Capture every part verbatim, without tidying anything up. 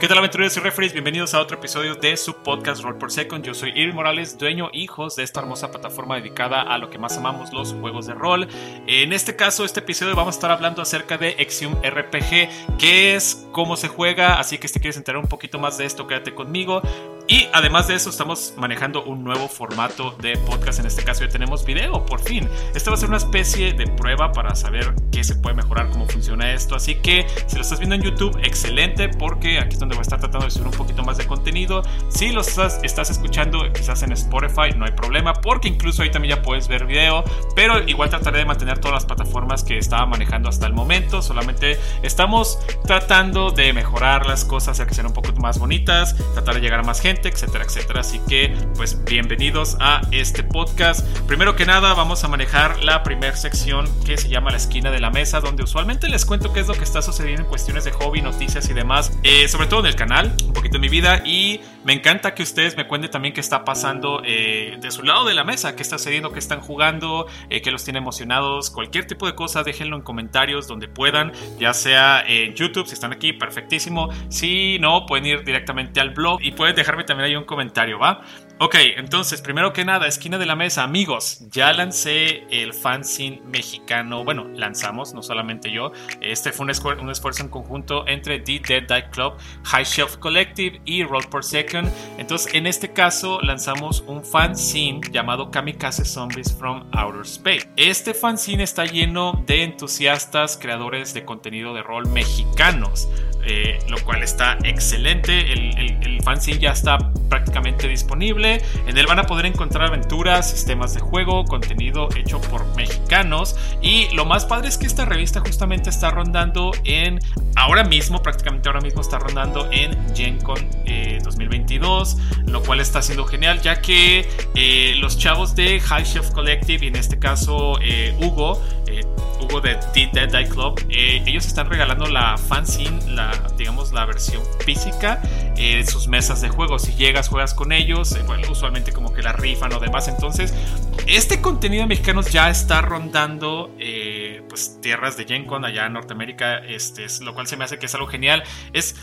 ¿Qué tal, aventureros y referees? Bienvenidos a otro episodio de su podcast Roll Per Second. Yo soy Irving Morales, dueño y host de esta hermosa plataforma dedicada a lo que más amamos, los juegos de rol. En este caso, este episodio vamos a estar hablando acerca de Exium R P G, qué es, cómo se juega, así que si te quieres enterar un poquito más de esto, quédate conmigo. Y además de eso, estamos manejando un nuevo formato de podcast. En este caso ya tenemos video, por fin. Esta va a ser una especie de prueba para saber qué se puede mejorar, cómo funciona esto. Así que si lo estás viendo en YouTube, excelente, porque aquí es donde voy a estar tratando de subir un poquito más de contenido. Si lo estás, estás escuchando quizás en Spotify, no hay problema, porque incluso ahí también ya puedes ver video. Pero igual trataré de mantener todas las plataformas que estaba manejando hasta el momento. Solamente estamos tratando de mejorar las cosas, hacer que sean un poco más bonitas, tratar de llegar a más gente, etcétera, etcétera. Así que, pues, bienvenidos a este podcast. Primero que nada, vamos a manejar la primera sección que se llama La Esquina de la Mesa, donde usualmente les cuento qué es lo que está sucediendo en cuestiones de hobby, noticias y demás, eh, sobre todo en el canal, un poquito de mi vida. Y me encanta que ustedes me cuenten también qué está pasando eh, de su lado de la mesa, qué está sucediendo, qué están jugando, eh, qué los tiene emocionados, cualquier tipo de cosa, déjenlo en comentarios donde puedan, ya sea en YouTube, si están aquí, perfectísimo. Si no, pueden ir directamente al blog y pueden dejarme también hay un comentario, ¿va? Ok, entonces, primero que nada, Esquina de la Mesa, amigos, ya lancé el fanzine mexicano. Bueno, lanzamos, no solamente yo. Este fue un, esfuer- un esfuerzo en conjunto entre The Dead Die Club, High Shelf Collective y Roll Per Second. Entonces, en este caso, lanzamos un fanzine llamado Kamikaze Zombies from Outer Space. Este fanzine está lleno de entusiastas, creadores de contenido de rol mexicanos. Eh, lo cual está excelente. El, el, el fanzine ya está prácticamente disponible. En él van a poder encontrar aventuras, sistemas de juego, contenido hecho por mexicanos. Y lo más padre es que esta revista justamente está rondando en, ahora mismo, prácticamente ahora mismo está rondando en Gen Con eh, dos mil veintidós, lo cual está siendo genial, ya que eh, los chavos de High Shelf Collective, y en este caso eh, Hugo eh, Hugo de The Dead Die Club, eh, ellos están regalando la fanzine, la, digamos la versión física eh, de sus mesas de juego. Si llegas, juegas con ellos, eh, bueno, usualmente como que la rifan o demás. Entonces, este contenido mexicano ya está rondando eh, pues tierras de Gen Con allá en Norteamérica, este, es, lo cual se me hace que es algo genial. Es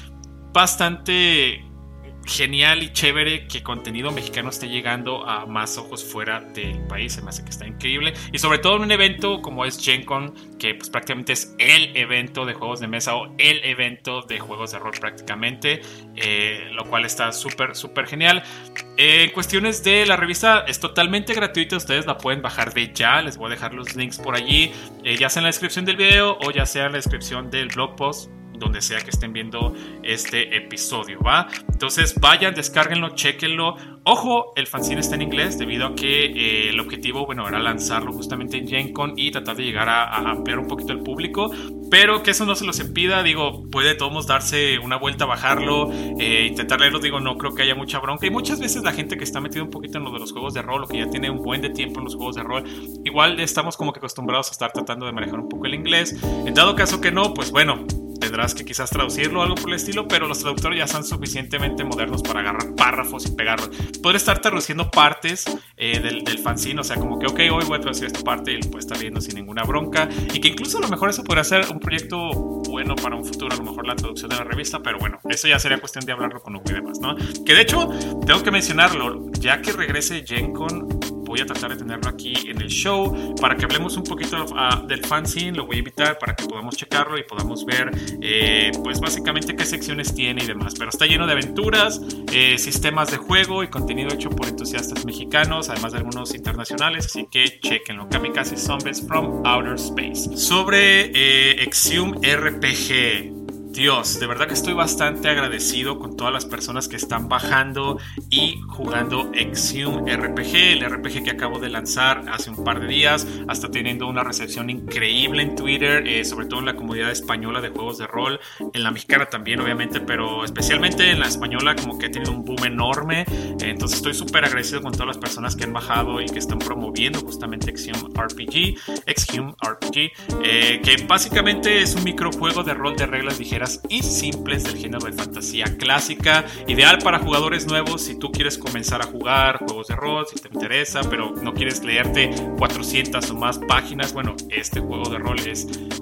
bastante genial y chévere que contenido mexicano esté llegando a más ojos fuera del país. Se me hace que está increíble, y sobre todo en un evento como es Gen Con, que pues prácticamente es el evento de juegos de mesa o el evento de juegos de rol prácticamente, eh, lo cual está súper súper genial. Eh, en cuestiones de la revista, es totalmente gratuita, ustedes la pueden bajar de ya. Les voy a dejar los links por allí, eh, ya sea en la descripción del video o ya sea en la descripción del blog post, donde sea que estén viendo este episodio, ¿va? Entonces vayan, descárguenlo, chequenlo. Ojo, el fanzine está en inglés debido a que eh, el objetivo, bueno, era lanzarlo justamente en Gen Con y tratar de llegar a, a ampliar un poquito el público, pero que eso no se los impida. Digo, puede de todos modos darse una vuelta, bajarlo, eh, intentar leerlo. Digo, no creo que haya mucha bronca, y muchas veces la gente que está metida un poquito en lo de los juegos de rol o que ya tiene un buen de tiempo en los juegos de rol, igual estamos como que acostumbrados a estar tratando de manejar un poco el inglés. En dado caso que no, pues bueno, tendrás que quizás traducirlo o algo por el estilo, pero los traductores ya son suficientemente modernos para agarrar párrafos y pegarlos. Poder estar traduciendo partes eh, del, del fanzine, o sea, como que ok, hoy voy a traducir esta parte y lo puede estar viendo sin ninguna bronca, y que incluso a lo mejor eso podría ser un proyecto bueno para un futuro, a lo mejor la traducción de la revista, pero bueno, eso ya sería cuestión de hablarlo con Hugo y demás, ¿no? Que de hecho, tengo que mencionarlo, ya que regrese Gen Con, voy a tratar de tenerlo aquí en el show para que hablemos un poquito uh, del fanzine. Lo voy a invitar para que podamos checarlo y podamos ver eh, pues básicamente qué secciones tiene y demás, pero está lleno de aventuras, eh, sistemas de juego y contenido hecho por entusiastas mexicanos, además de algunos internacionales, así que chequenlo. Kamikaze Zombies from Outer Space. Sobre eh, Exium R P G, Dios, de verdad que estoy bastante agradecido con todas las personas que están bajando y jugando Exium R P G, el R P G que acabo de lanzar hace un par de días. Está teniendo una recepción increíble en Twitter, eh, sobre todo en la comunidad española de juegos de rol, en la mexicana también obviamente, pero especialmente en la española como que ha tenido un boom enorme. Eh, entonces estoy súper agradecido con todas las personas que han bajado y que están promoviendo justamente Exium R P G, Exium R P G, eh, que básicamente es un microjuego de rol de reglas ligeras y simples del género de fantasía clásica, ideal para jugadores nuevos. Si tú quieres comenzar a jugar juegos de rol, si te interesa, pero no quieres leerte cuatrocientas o más páginas, bueno, este juego de rol es justamente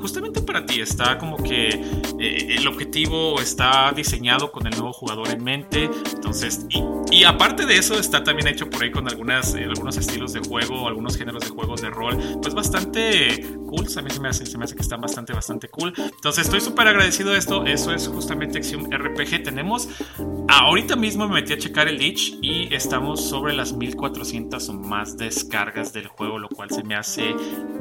para ti, está como que eh, el objetivo está diseñado con el nuevo jugador en mente. Entonces, y, y aparte de eso, está también hecho por ahí con algunas, eh, algunos estilos de juego, algunos géneros de juegos de rol, pues bastante cool. A mí se me hace, se me hace que están bastante, bastante cool. Entonces estoy súper agradecido de esto. Eso es justamente Exium R P G. Tenemos, ahorita mismo me metí a checar el itch y estamos sobre las mil cuatrocientas o más descargas del juego, lo cual se me hace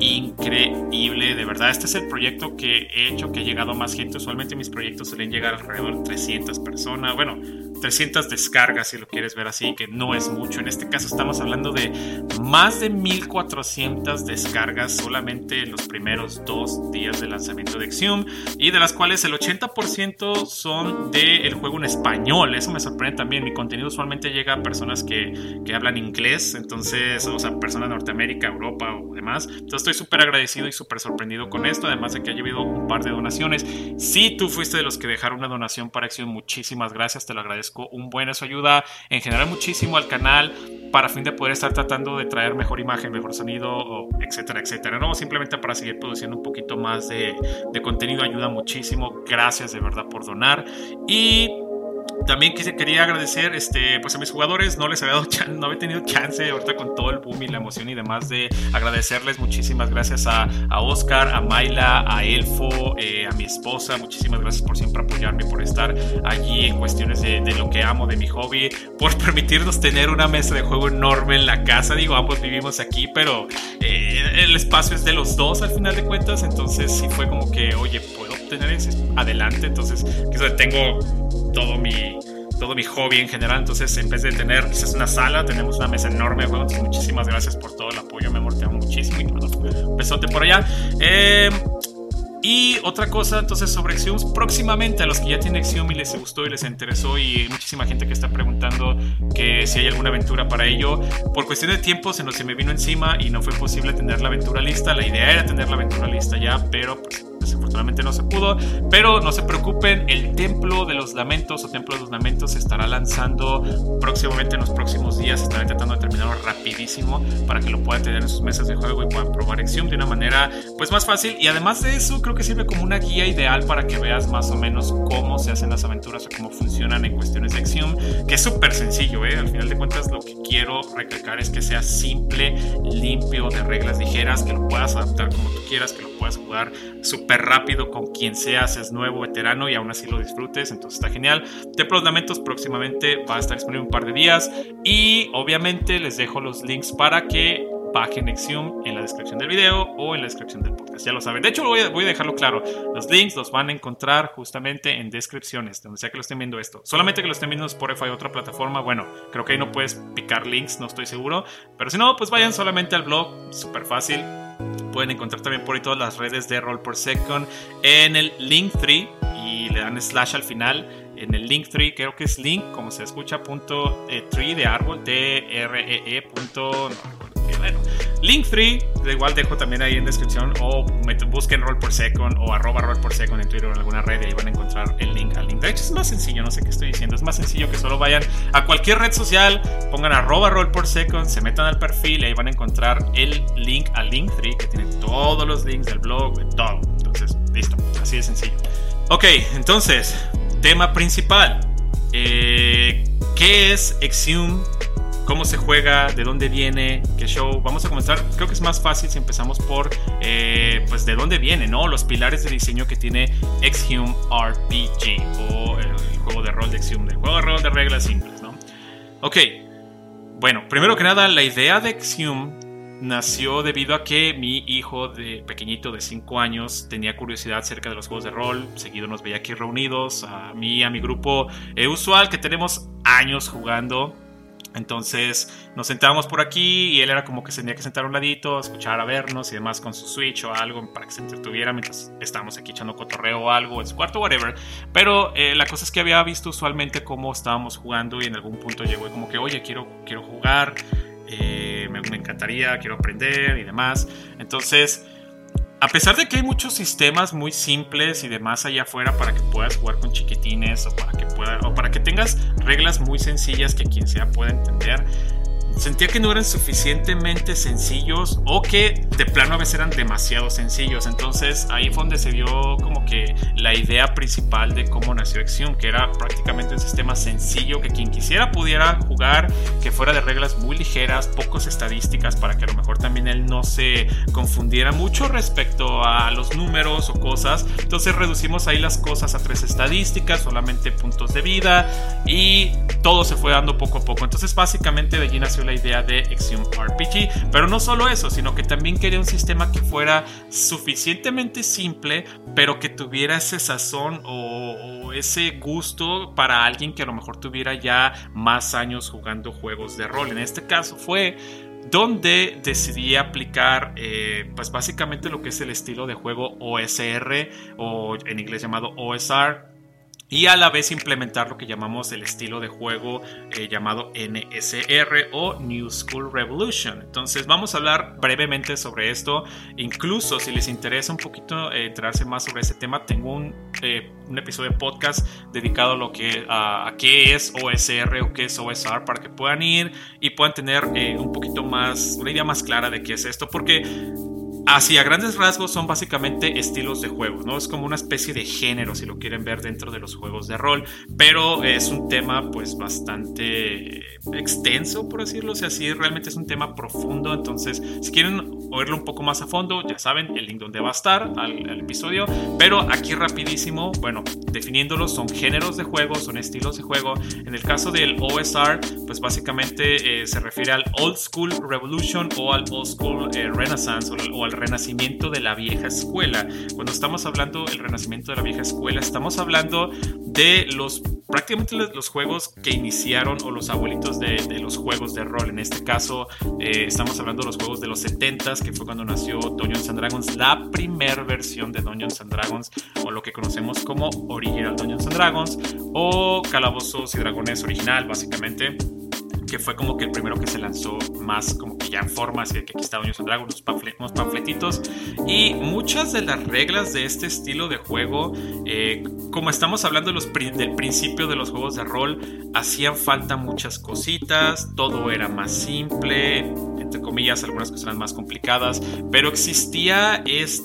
increíble, de verdad. Este es el proyecto que he hecho que ha llegado a más gente. Usualmente mis proyectos suelen llegar alrededor de trescientas personas, bueno, trescientas descargas si lo quieres ver así, que no es mucho. En este caso estamos hablando de más de mil cuatrocientas descargas solamente en los primeros dos días de lanzamiento de Exium, y de las cuales el ochenta por ciento son del juego en español. Eso me sorprende también. Mi contenido usualmente llega a personas que, que hablan inglés, entonces, o sea, personas de Norteamérica, Europa o demás. Entonces estoy súper agradecido y súper sorprendido con esto, además de que haya habido un par de donaciones. Si tú fuiste de los que dejaron una donación para Exium, muchísimas gracias, te lo agradezco un buen. Eso ayuda en general muchísimo al canal para fin de poder estar tratando de traer mejor imagen, mejor sonido, etcétera, etcétera. No, simplemente para seguir produciendo un poquito más de, de contenido. Ayuda muchísimo. Gracias de verdad por donar. Y también quería agradecer este, pues a mis jugadores. No les había dado chance, no había tenido chance ahorita con todo el boom y la emoción y demás de agradecerles. Muchísimas gracias a, a Oscar, a Mayla, a Elfo, eh, a mi esposa. Muchísimas gracias por siempre apoyarme, por estar allí en cuestiones de, de lo que amo, de mi hobby, por permitirnos tener una mesa de juego enorme en la casa. Digo, ambos vivimos aquí, pero eh, el espacio es de los dos al final de cuentas. Entonces sí fue como que, oye, puedo tener ese adelante. Entonces quizás tengo todo mi, todo mi hobby en general. Entonces, en vez de tener quizás una sala, tenemos una mesa enorme de juegos. Entonces, muchísimas gracias por todo el apoyo, mi amor, te amo muchísimo. Y un besote por allá. Eh, y otra cosa, entonces, sobre Exium, próximamente a los que ya tienen Exium y les gustó y les interesó, y muchísima gente que está preguntando que si hay alguna aventura para ello, por cuestión de tiempo se nos se me vino encima y no fue posible tener la aventura lista. La idea era tener la aventura lista ya, pero pues desafortunadamente no se pudo. Pero no se preocupen, el Templo de los Lamentos o Templo de los Lamentos se estará lanzando próximamente en los próximos días. Estaré tratando de terminarlo rapidísimo para que lo puedan tener en sus mesas de juego y puedan probar Exium de una manera pues más fácil. Y además de eso, creo que sirve como una guía ideal para que veas más o menos cómo se hacen las aventuras o cómo funcionan en cuestiones de Exium, que es súper sencillo, ¿eh? Al final de cuentas, lo que quiero recalcar es que sea simple, limpio, de reglas ligeras, que lo puedas adaptar como tú quieras, que lo puedas jugar súper rápido con quien sea, seas nuevo, veterano, y aún así lo disfrutes. Entonces está genial. Templo de los Lamentos próximamente va a estar disponible un par de días, y obviamente les dejo los links para que bajen Exium en la descripción del video o en la descripción del podcast, ya lo saben. De hecho, voy a, voy a dejarlo claro, los links los van a encontrar justamente en descripciones, donde sea que lo estén viendo esto. Solamente que lo estén viendo en Spotify o otra plataforma, bueno, creo que ahí no puedes picar links, no estoy seguro, pero si no, pues vayan solamente al blog, súper fácil. Pueden encontrar también por ahí todas las redes de Roll Per Second en el Linktree, y le dan slash al final. En el Linktree, creo que es link, como se escucha, punto eh, tree de árbol, T R E E punto, no, bueno, Linktree, de igual dejo también ahí en descripción, o busquen Roll Per Second o arroba Roll Per Second en Twitter o en alguna red, y ahí van a encontrar el link al link. De hecho es más sencillo, no sé qué estoy diciendo, es más sencillo que solo vayan a cualquier red social, pongan arroba Roll Per Second, se metan al perfil y ahí van a encontrar el link al Linktree, que tiene todos los links del blog, de todo. Entonces, listo, así de sencillo. Ok, entonces, tema principal. Eh, ¿Qué es Exium? ¿Cómo se juega? ¿De dónde viene? ¿Qué show? Vamos a comenzar. Creo que es más fácil si empezamos por eh, pues de dónde viene, ¿no? Los pilares de diseño que tiene Exium R P G, o el, el juego de rol de Exium, el juego de rol de reglas simples, ¿no? Ok, bueno, primero que nada, la idea de Exium nació debido a que mi hijo de pequeñito de cinco años tenía curiosidad acerca de los juegos de rol. Seguido nos veía aquí reunidos, a mí, a mi grupo eh, usual, que tenemos años jugando. Entonces nos sentábamos por aquí y él era como que se tenía que sentar a un ladito, escuchar a vernos y demás con su Switch o algo para que se entretuviera mientras estábamos aquí echando cotorreo o algo en su cuarto, whatever. Pero eh, la cosa es que había visto usualmente cómo estábamos jugando, y en algún punto llegó como que, oye, quiero, quiero jugar. Eh, me, me encantaría, quiero aprender y demás. Entonces, a pesar de que hay muchos sistemas muy simples y demás allá afuera para que puedas jugar con chiquitines, o para que pueda, o para que tengas reglas muy sencillas que quien sea pueda entender, sentía que no eran suficientemente sencillos o que de plano a veces eran demasiado sencillos. Entonces ahí fue donde se vio como que la idea principal de cómo nació Exium, que era prácticamente un sistema sencillo que quien quisiera pudiera jugar, que fuera de reglas muy ligeras, pocos estadísticas, para que a lo mejor también él no se confundiera mucho respecto a los números o cosas. Entonces reducimos ahí las cosas a tres estadísticas, solamente puntos de vida, y todo se fue dando poco a poco. Entonces básicamente de allí nació la idea de Exium R P G, pero no solo eso, sino que también quería un sistema que fuera suficientemente simple, pero que tuviera ese sazón o, o ese gusto para alguien que a lo mejor tuviera ya más años jugando juegos de rol. En este caso fue donde decidí aplicar eh, pues básicamente lo que es el estilo de juego O S R, o en inglés llamado O S R, y a la vez implementar lo que llamamos el estilo de juego eh, llamado N S R o New School Revolution. Entonces vamos a hablar brevemente sobre esto. Incluso si les interesa un poquito eh, enterarse más sobre ese tema, tengo un, eh, un episodio de podcast dedicado a lo que a, a qué es O S R o qué es O S R, para que puedan ir y puedan tener eh, un poquito más, una idea más clara de qué es esto, porque así a grandes rasgos son básicamente estilos de juego, ¿no? Es como una especie de género, si lo quieren ver, dentro de los juegos de rol, pero es un tema pues bastante extenso, por decirlo, o sea, sí, realmente es un tema profundo. Entonces si quieren oírlo un poco más a fondo, ya saben el link donde va a estar al, al episodio, pero aquí rapidísimo, bueno, definiéndolos, son géneros de juego, son estilos de juego. En el caso del O S R, pues básicamente eh, se refiere al Old School Revolution o al Old School eh, Renaissance, o, o al renacimiento de la vieja escuela. Cuando estamos hablando del renacimiento de la vieja escuela, estamos hablando de los prácticamente los juegos que iniciaron, o los abuelitos de, de los juegos de rol. En este caso eh, estamos hablando de los juegos de los setentas, que fue cuando nació Dungeons and Dragons, la primera versión de Dungeons and Dragons, o lo que conocemos como Original Dungeons and Dragons, o Calabozos y Dragones original, básicamente, que fue como que el primero que se lanzó más como que ya en forma, así de que aquí está Dungeons and Dragons, unos, panflet, unos panfletitos. Y muchas de las reglas de este estilo de juego, eh, como estamos hablando de los, del principio de los juegos de rol, hacían falta muchas cositas, todo era más simple, entre comillas, algunas cosas eran más complicadas, pero existía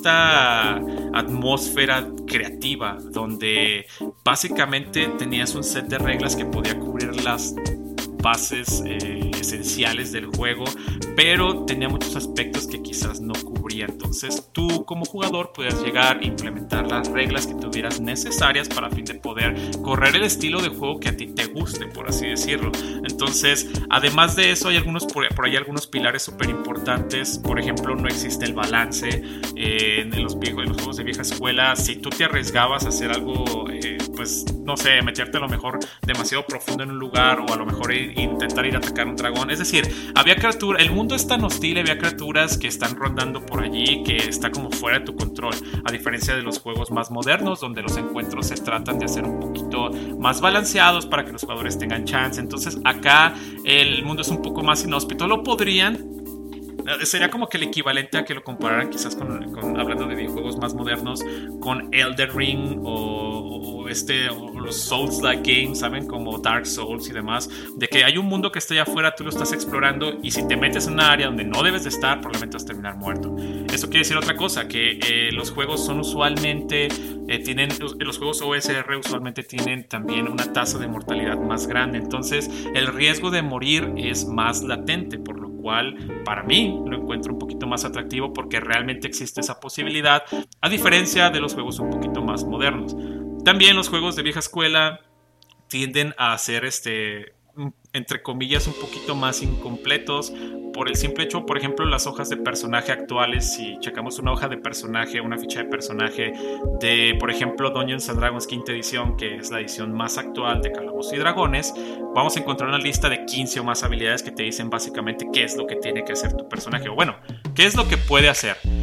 esta atmósfera creativa donde básicamente tenías un set de reglas que podía cubrir las bases eh, esenciales del juego, pero tenía muchos aspectos que quizás no cubría. Entonces tú como jugador podías llegar a implementar las reglas que tuvieras necesarias para fin de poder correr el estilo de juego que a ti te guste, por así decirlo. Entonces, además de eso, hay algunos por, por ahí algunos pilares súper importantes. Por ejemplo, no existe el balance eh, en, los viejos, en los juegos de vieja escuela. Si tú te arriesgabas a hacer algo eh, pues no sé, meterte a lo mejor demasiado profundo en un lugar, o a lo mejor ir, intentar ir a atacar un dragón. Es decir, había criaturas, el mundo es tan hostil, había criaturas que están rondando por allí que está como fuera de tu control, a diferencia de los juegos más modernos, donde los encuentros se tratan de hacer un poquito más balanceados para que los jugadores tengan chance. Entonces acá el mundo es un poco más inhóspito. Lo podrían, sería como que el equivalente a que lo compararan quizás con, con hablando de videojuegos más modernos, con Elden Ring o, o este o los Souls-like games, ¿saben? Como Dark Souls y demás, de que hay un mundo que está allá afuera, tú lo estás explorando, y si te metes en una área donde no debes de estar, probablemente vas a terminar muerto. Eso quiere decir otra cosa, que eh, los juegos son usualmente eh, tienen, los juegos O S R usualmente tienen también una tasa de mortalidad más grande, entonces el riesgo de morir es más latente, por lo cual para mí lo encuentro un poquito más atractivo, porque realmente existe esa posibilidad, a diferencia de los juegos un poquito más modernos. También los juegos de vieja escuela tienden a ser, este, entre comillas, un poquito más incompletos, por el simple hecho, por ejemplo, las hojas de personaje actuales. Si checamos una hoja de personaje, una ficha de personaje de, por ejemplo, Dungeons and Dragons quinta edición, que es la edición más actual de Calabozos y Dragones, vamos a encontrar una lista de quince o más habilidades que te dicen básicamente qué es lo que tiene que hacer tu personaje, o bueno, qué es lo que puede hacer.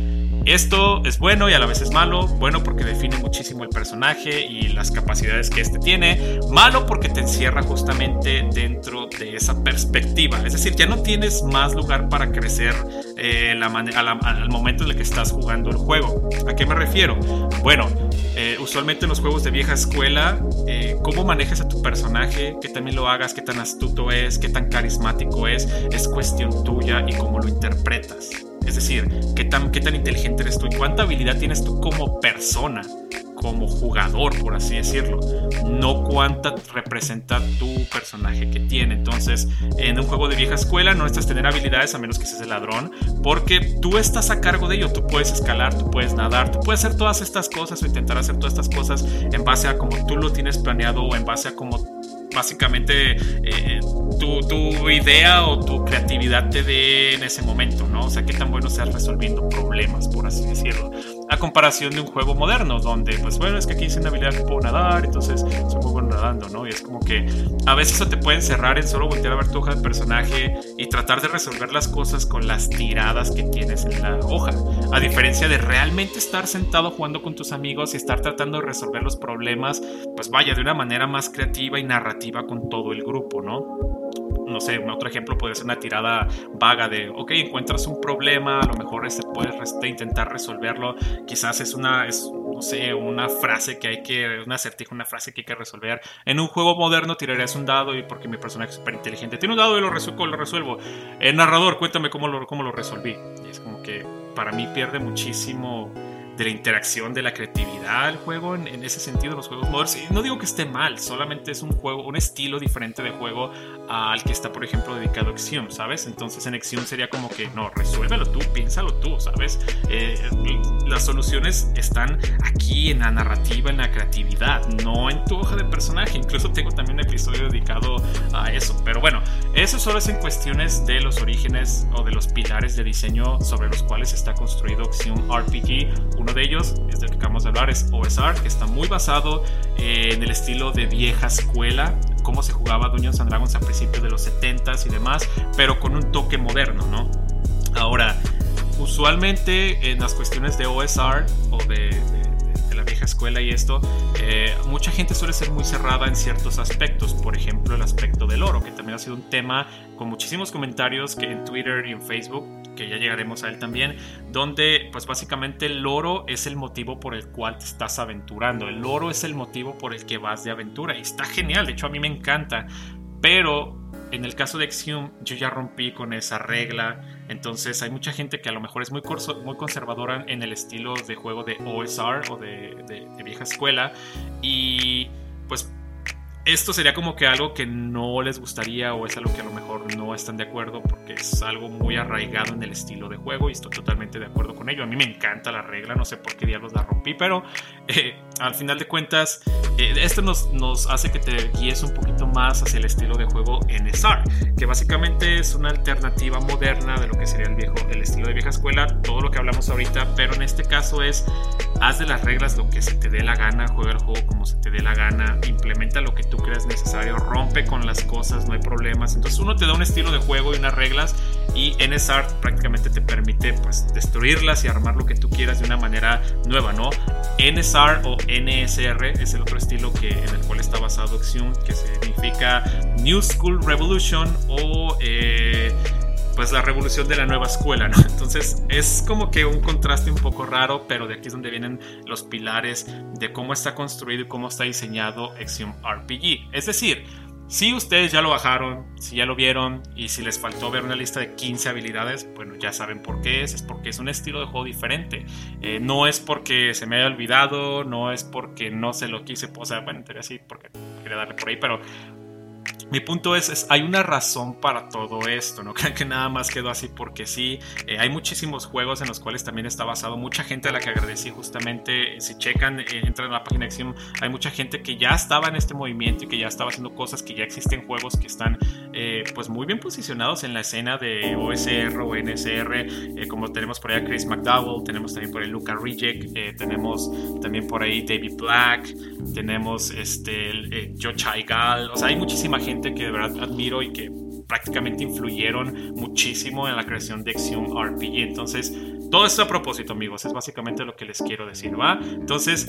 Esto es bueno y a la vez es malo. Bueno porque define muchísimo el personaje y las capacidades que este tiene. Malo porque te encierra justamente dentro de esa perspectiva. Es decir, ya no tienes más lugar para crecer eh, la man- a la, al momento en el que estás jugando el juego. ¿A qué me refiero? Bueno, eh, usualmente en los juegos de vieja escuela, eh, cómo manejas a tu personaje, qué también lo hagas, qué tan astuto es, qué tan carismático es, es cuestión tuya y cómo lo interpretas. Es decir, qué tan, qué tan inteligente eres tú y cuánta habilidad tienes tú como persona, como jugador, por así decirlo, no cuánta representa tu personaje que tiene. Entonces, en un juego de vieja escuela no necesitas tener habilidades a menos que seas el ladrón, porque tú estás a cargo de ello. Tú puedes escalar, tú puedes nadar, tú puedes hacer todas estas cosas o intentar hacer todas estas cosas en base a como tú lo tienes planeado o en base a como básicamente eh, tu, tu idea o tu creatividad te dé en ese momento, ¿no? O sea, qué tan bueno seas resolviendo problemas, por así decirlo, a comparación de un juego moderno donde, pues bueno, es que aquí hice una habilidad que puedo nadar, entonces soy muy bueno nadando, ¿no? Y es como que a veces eso te puede encerrar en solo voltear a ver tu hoja de personaje y tratar de resolver las cosas con las tiradas que tienes en la hoja, a diferencia de realmente estar sentado jugando con tus amigos y estar tratando de resolver los problemas, pues vaya, de una manera más creativa y narrativa con todo el grupo, ¿no? No sé, otro ejemplo puede ser una tirada vaga de, ok, encuentras un problema, a lo mejor este puedes este, intentar resolverlo, quizás es una, es, no sé, una frase que hay que, un acertijo, una frase que hay que resolver. En un juego moderno tirarías un dado y porque mi personaje es súper inteligente, tiene un dado y lo, resuelvo, lo resuelvo. El narrador, cuéntame cómo lo, cómo lo resolví. Y es como que para mí pierde muchísimo de la interacción, de la creatividad del juego en, en ese sentido, los juegos modernos. Y no digo que esté mal, solamente es un juego, un estilo diferente de juego al que está, por ejemplo, dedicado a Exium, ¿sabes? Entonces en Exium sería como que, no, resuélvelo tú, piénsalo tú, ¿sabes? Eh, las soluciones están aquí en la narrativa, en la creatividad, no en tu hoja de personaje. Incluso tengo también un episodio dedicado a eso. Pero bueno, eso solo es en cuestiones de los orígenes o de los pilares de diseño sobre los cuales está construido Exium R P G. Uno de ellos, es del que acabamos de hablar, es O S R, que está muy basado eh, en el estilo de vieja escuela, cómo se jugaba Dungeons and Dragons a principios de los setentas y demás, pero con un toque moderno, ¿no? Ahora, usualmente en las cuestiones de O S R o de, de de la vieja escuela y esto, eh, mucha gente suele ser muy cerrada en ciertos aspectos. Por ejemplo, el aspecto del oro, que también ha sido un tema con muchísimos comentarios que en Twitter y en Facebook, que ya llegaremos a él también, donde pues básicamente el oro es el motivo por el cual te estás aventurando. El oro es el motivo por el que vas de aventura y está genial, de hecho a mí me encanta, pero en el caso de Exium yo ya rompí con esa regla. Entonces hay mucha gente que a lo mejor es muy, corso, muy conservadora en el estilo de juego de O S R o de, de, de vieja escuela, y pues esto sería como que algo que no les gustaría o es algo que a lo mejor no están de acuerdo porque es algo muy arraigado en el estilo de juego y estoy totalmente de acuerdo con ello. A mí me encanta la regla, no sé por qué diablos la rompí, pero eh, al final de cuentas eh, esto nos, nos hace que te guíes un poquito más hacia el estilo de juego N S R, que básicamente es una alternativa moderna de lo que sería el, viejo, el estilo de vieja escuela, todo lo que hablamos ahorita, pero en este caso es haz de las reglas lo que se te dé la gana, juega el juego como se te dé la gana, implementa lo que tú creas necesario, rompe con las cosas, no hay problemas. Entonces uno te da un estilo de juego y unas reglas y N S R prácticamente te permite pues destruirlas y armar lo que tú quieras de una manera nueva, ¿no? N S R o N S R es el otro estilo que, en el cual está basado Exium, que significa New School Revolution o eh, pues la revolución de la nueva escuela, ¿no? Entonces es como que un contraste un poco raro, pero de aquí es donde vienen los pilares de cómo está construido y cómo está diseñado Exium R P G. Es decir, si ustedes ya lo bajaron, si ya lo vieron y si les faltó ver una lista de quince habilidades, bueno, ya saben por qué es, es porque es un estilo de juego diferente. Eh, no es porque se me haya olvidado, no es porque no se lo quise, o sea, bueno, en teoría sí, porque quería darle por ahí, pero mi punto es, es, hay una razón para todo esto, no crean que nada más quedó así porque sí. Eh, hay muchísimos juegos en los cuales también está basado, mucha gente a la que agradecí justamente, si checan, eh, entran a la página de Exium, hay mucha gente que ya estaba en este movimiento y que ya estaba haciendo cosas, que ya existen juegos que están eh, pues muy bien posicionados en la escena de O S R o N S R, eh, como tenemos por ahí a Chris McDowell, tenemos también por ahí Luca Reject, eh, tenemos también por ahí David Black, tenemos este, eh, Joe Chaigal, o sea, hay muchísima gente que de verdad admiro y que prácticamente influyeron muchísimo en la creación de Exium R P G. Entonces todo esto a propósito, amigos, es básicamente lo que les quiero decir, ¿va? Entonces,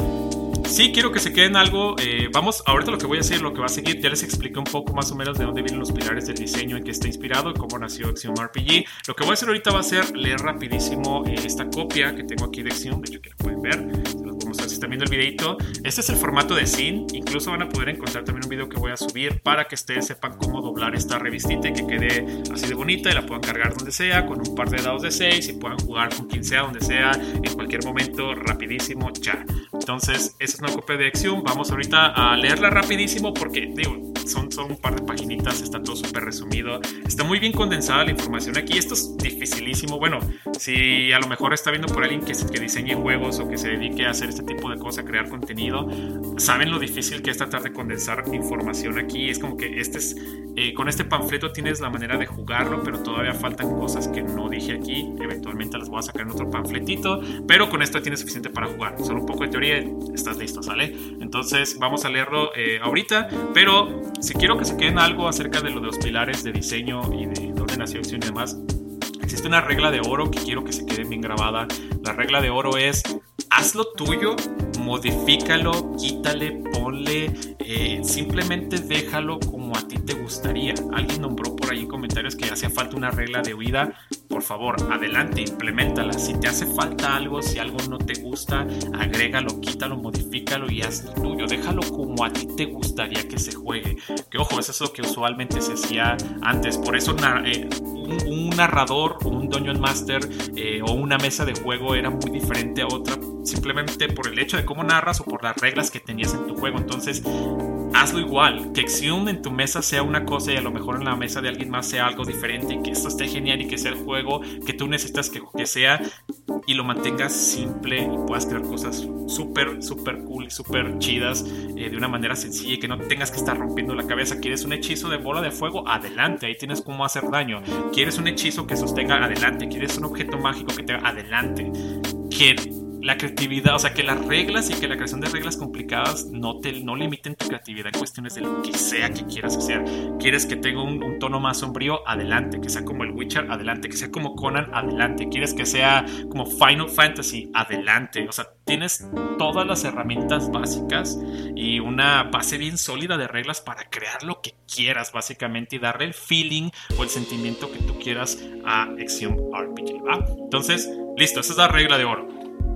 sí quiero que se queden algo. Eh, vamos, ahorita lo que voy a decir, lo que va a seguir, ya les expliqué un poco más o menos de dónde vienen los pilares del diseño, en qué está inspirado y cómo nació Exium R P G. Lo que voy a hacer ahorita va a ser leer rapidísimo eh, esta copia que tengo aquí de Exium, de hecho que la pueden ver, se los voy a mostrar si están viendo el videito. Este es el formato de zine, incluso van a poder encontrar también un video que voy a subir para que ustedes sepan cómo doblar esta revistita y que quede así de bonita y la puedan cargar donde sea, con un par de dados de seis y puedan jugar con quien sea, donde sea, en cualquier momento, rapidísimo, ya. Entonces, esa es una copia de Exium. Vamos ahorita a leerla rapidísimo porque, digo, son, son un par de paginitas, está todo súper resumido. Está muy bien condensada la información aquí. Esto es dificilísimo. Bueno, si a lo mejor está viendo por alguien que, que diseñe juegos o que se dedique a hacer este tipo de cosas, a crear contenido, saben lo difícil que es tratar de condensar información aquí. Es como que este es, eh, con este panfleto tienes la manera de jugarlo, pero todavía faltan cosas que no dije aquí. Eventualmente las voy a sacar en otro panfletito, pero con esto tienes suficiente para jugar. Solo un poco de teoría, estás listo, ¿sale? Entonces vamos a leerlo eh, ahorita, pero si quiero que se queden algo acerca de lo de los pilares de diseño y de dónde nació Exium y demás, existe una regla de oro que quiero que se quede bien grabada. La regla de oro es: haz lo tuyo, modifícalo, quítale, ponle, eh, simplemente déjalo como a ti te gustaría. Alguien nombró por ahí en comentarios que hacía falta una regla de huida. Por favor, adelante, implementala. Si te hace falta algo, si algo no te gusta, agrégalo, quítalo, modifícalo y haz lo tuyo. Déjalo como a ti te gustaría que se juegue. Que ojo, eso es lo que usualmente se hacía antes. Por eso eh, un, un narrador, un Dungeon Master eh, o una mesa de juego era muy diferente a otra, simplemente por el hecho de cómo narras o por las reglas que tenías en tu juego. Entonces, hazlo igual, que Exium en tu mesa sea una cosa y a lo mejor en la mesa de alguien más sea algo diferente, y que esto esté genial y que sea el juego que tú necesitas que, que sea, y lo mantengas simple y puedas crear cosas súper, súper cool y súper chidas eh, de una manera sencilla y que no tengas que estar rompiendo la cabeza. ¿Quieres un hechizo de bola de fuego? Adelante, ahí tienes cómo hacer daño. ¿Quieres un hechizo que sostenga? Adelante. ¿Quieres un objeto mágico que te haga? Adelante. Que la creatividad, o sea, que las reglas y que la creación de reglas complicadas no te no limiten tu creatividad en cuestiones de lo que sea que quieras hacer. ¿Quieres que tenga un, un tono más sombrío? Adelante. Que sea como el Witcher, adelante. Que sea como Conan, adelante. ¿Quieres que sea como Final Fantasy? Adelante. O sea, tienes todas las herramientas básicas y una base bien sólida de reglas para crear lo que quieras, básicamente, y darle el feeling o el sentimiento que tú quieras a Exium R P G, ¿va? Entonces, listo, esa es la regla de oro.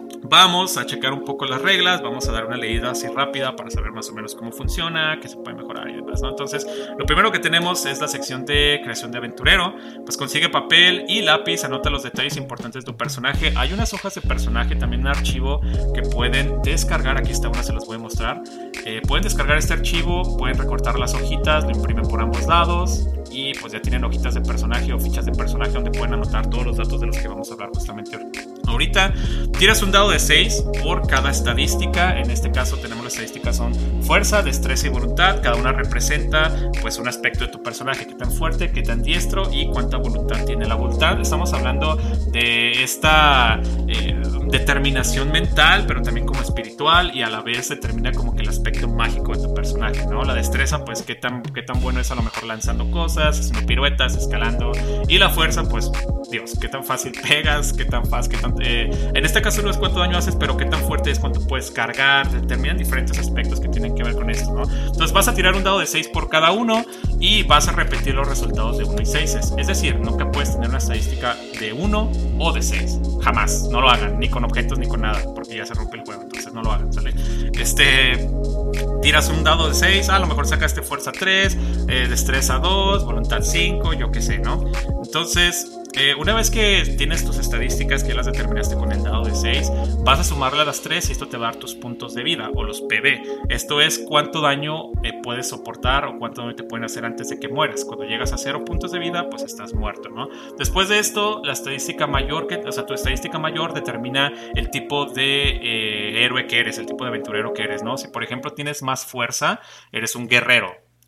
Vamos a checar un poco las reglas, vamos a dar una leída así rápida para saber más o menos cómo funciona, qué se puede mejorar y demás, ¿no? Entonces, lo primero que tenemos es la sección de creación de aventurero. Pues consigue papel y lápiz, anota los detalles importantes de tu personaje. Hay unas hojas de personaje, también un archivo que pueden descargar. Aquí está una, se los voy a mostrar. Eh, pueden descargar este archivo, pueden recortar las hojitas, lo imprimen por ambos lados y pues ya tienen hojitas de personaje o fichas de personaje donde pueden anotar todos los datos de los que vamos a hablar justamente ahorita. Tiras un dado de seis por cada estadística. En este caso tenemos las estadísticas son fuerza, destreza y voluntad. Cada una representa pues un aspecto de tu personaje, qué tan fuerte, qué tan diestro y cuánta voluntad tiene. La voluntad, estamos hablando de esta eh, determinación mental, pero también como espiritual, y a la vez determina como que el aspecto mágico de tu personaje, ¿no? La destreza, pues qué tan, qué tan bueno es a lo mejor lanzando cosas, haciendo piruetas, escalando. Y la fuerza, pues Dios, qué tan fácil pegas, qué tan fácil, qué tan, eh, en este caso no es cuánto daño haces, pero qué tan fuerte es, cuánto puedes cargar. Determinan diferentes aspectos que tienen que ver con esto, ¿no? Entonces vas a tirar un dado de seis por cada uno y vas a repetir los resultados de uno y seis. Es decir, nunca puedes tener una estadística de uno o de seis. Jamás, no lo hagan, ni con objetos ni con nada, porque ya se rompe el juego, entonces no lo hagan, ¿sale? Este... Tiras un dado de seis, a lo mejor sacaste fuerza tres, eh, destreza dos, voluntad cinco, yo qué sé, ¿no? Entonces, eh, una vez que tienes tus estadísticas, que las determinaste con el dado de seis, vas a sumarle a las tres y esto te va a dar tus puntos de vida o los P B. Esto es cuánto daño eh, puedes soportar o cuánto daño te pueden hacer antes de que mueras. Cuando llegas a cero puntos de vida, pues estás muerto, ¿no? Después de esto, la estadística mayor, que, o sea, tu estadística mayor determina el tipo de eh, héroe que eres, el tipo de aventurero que eres, ¿no? Si por ejemplo tienes más fuerza, eres un guerrero.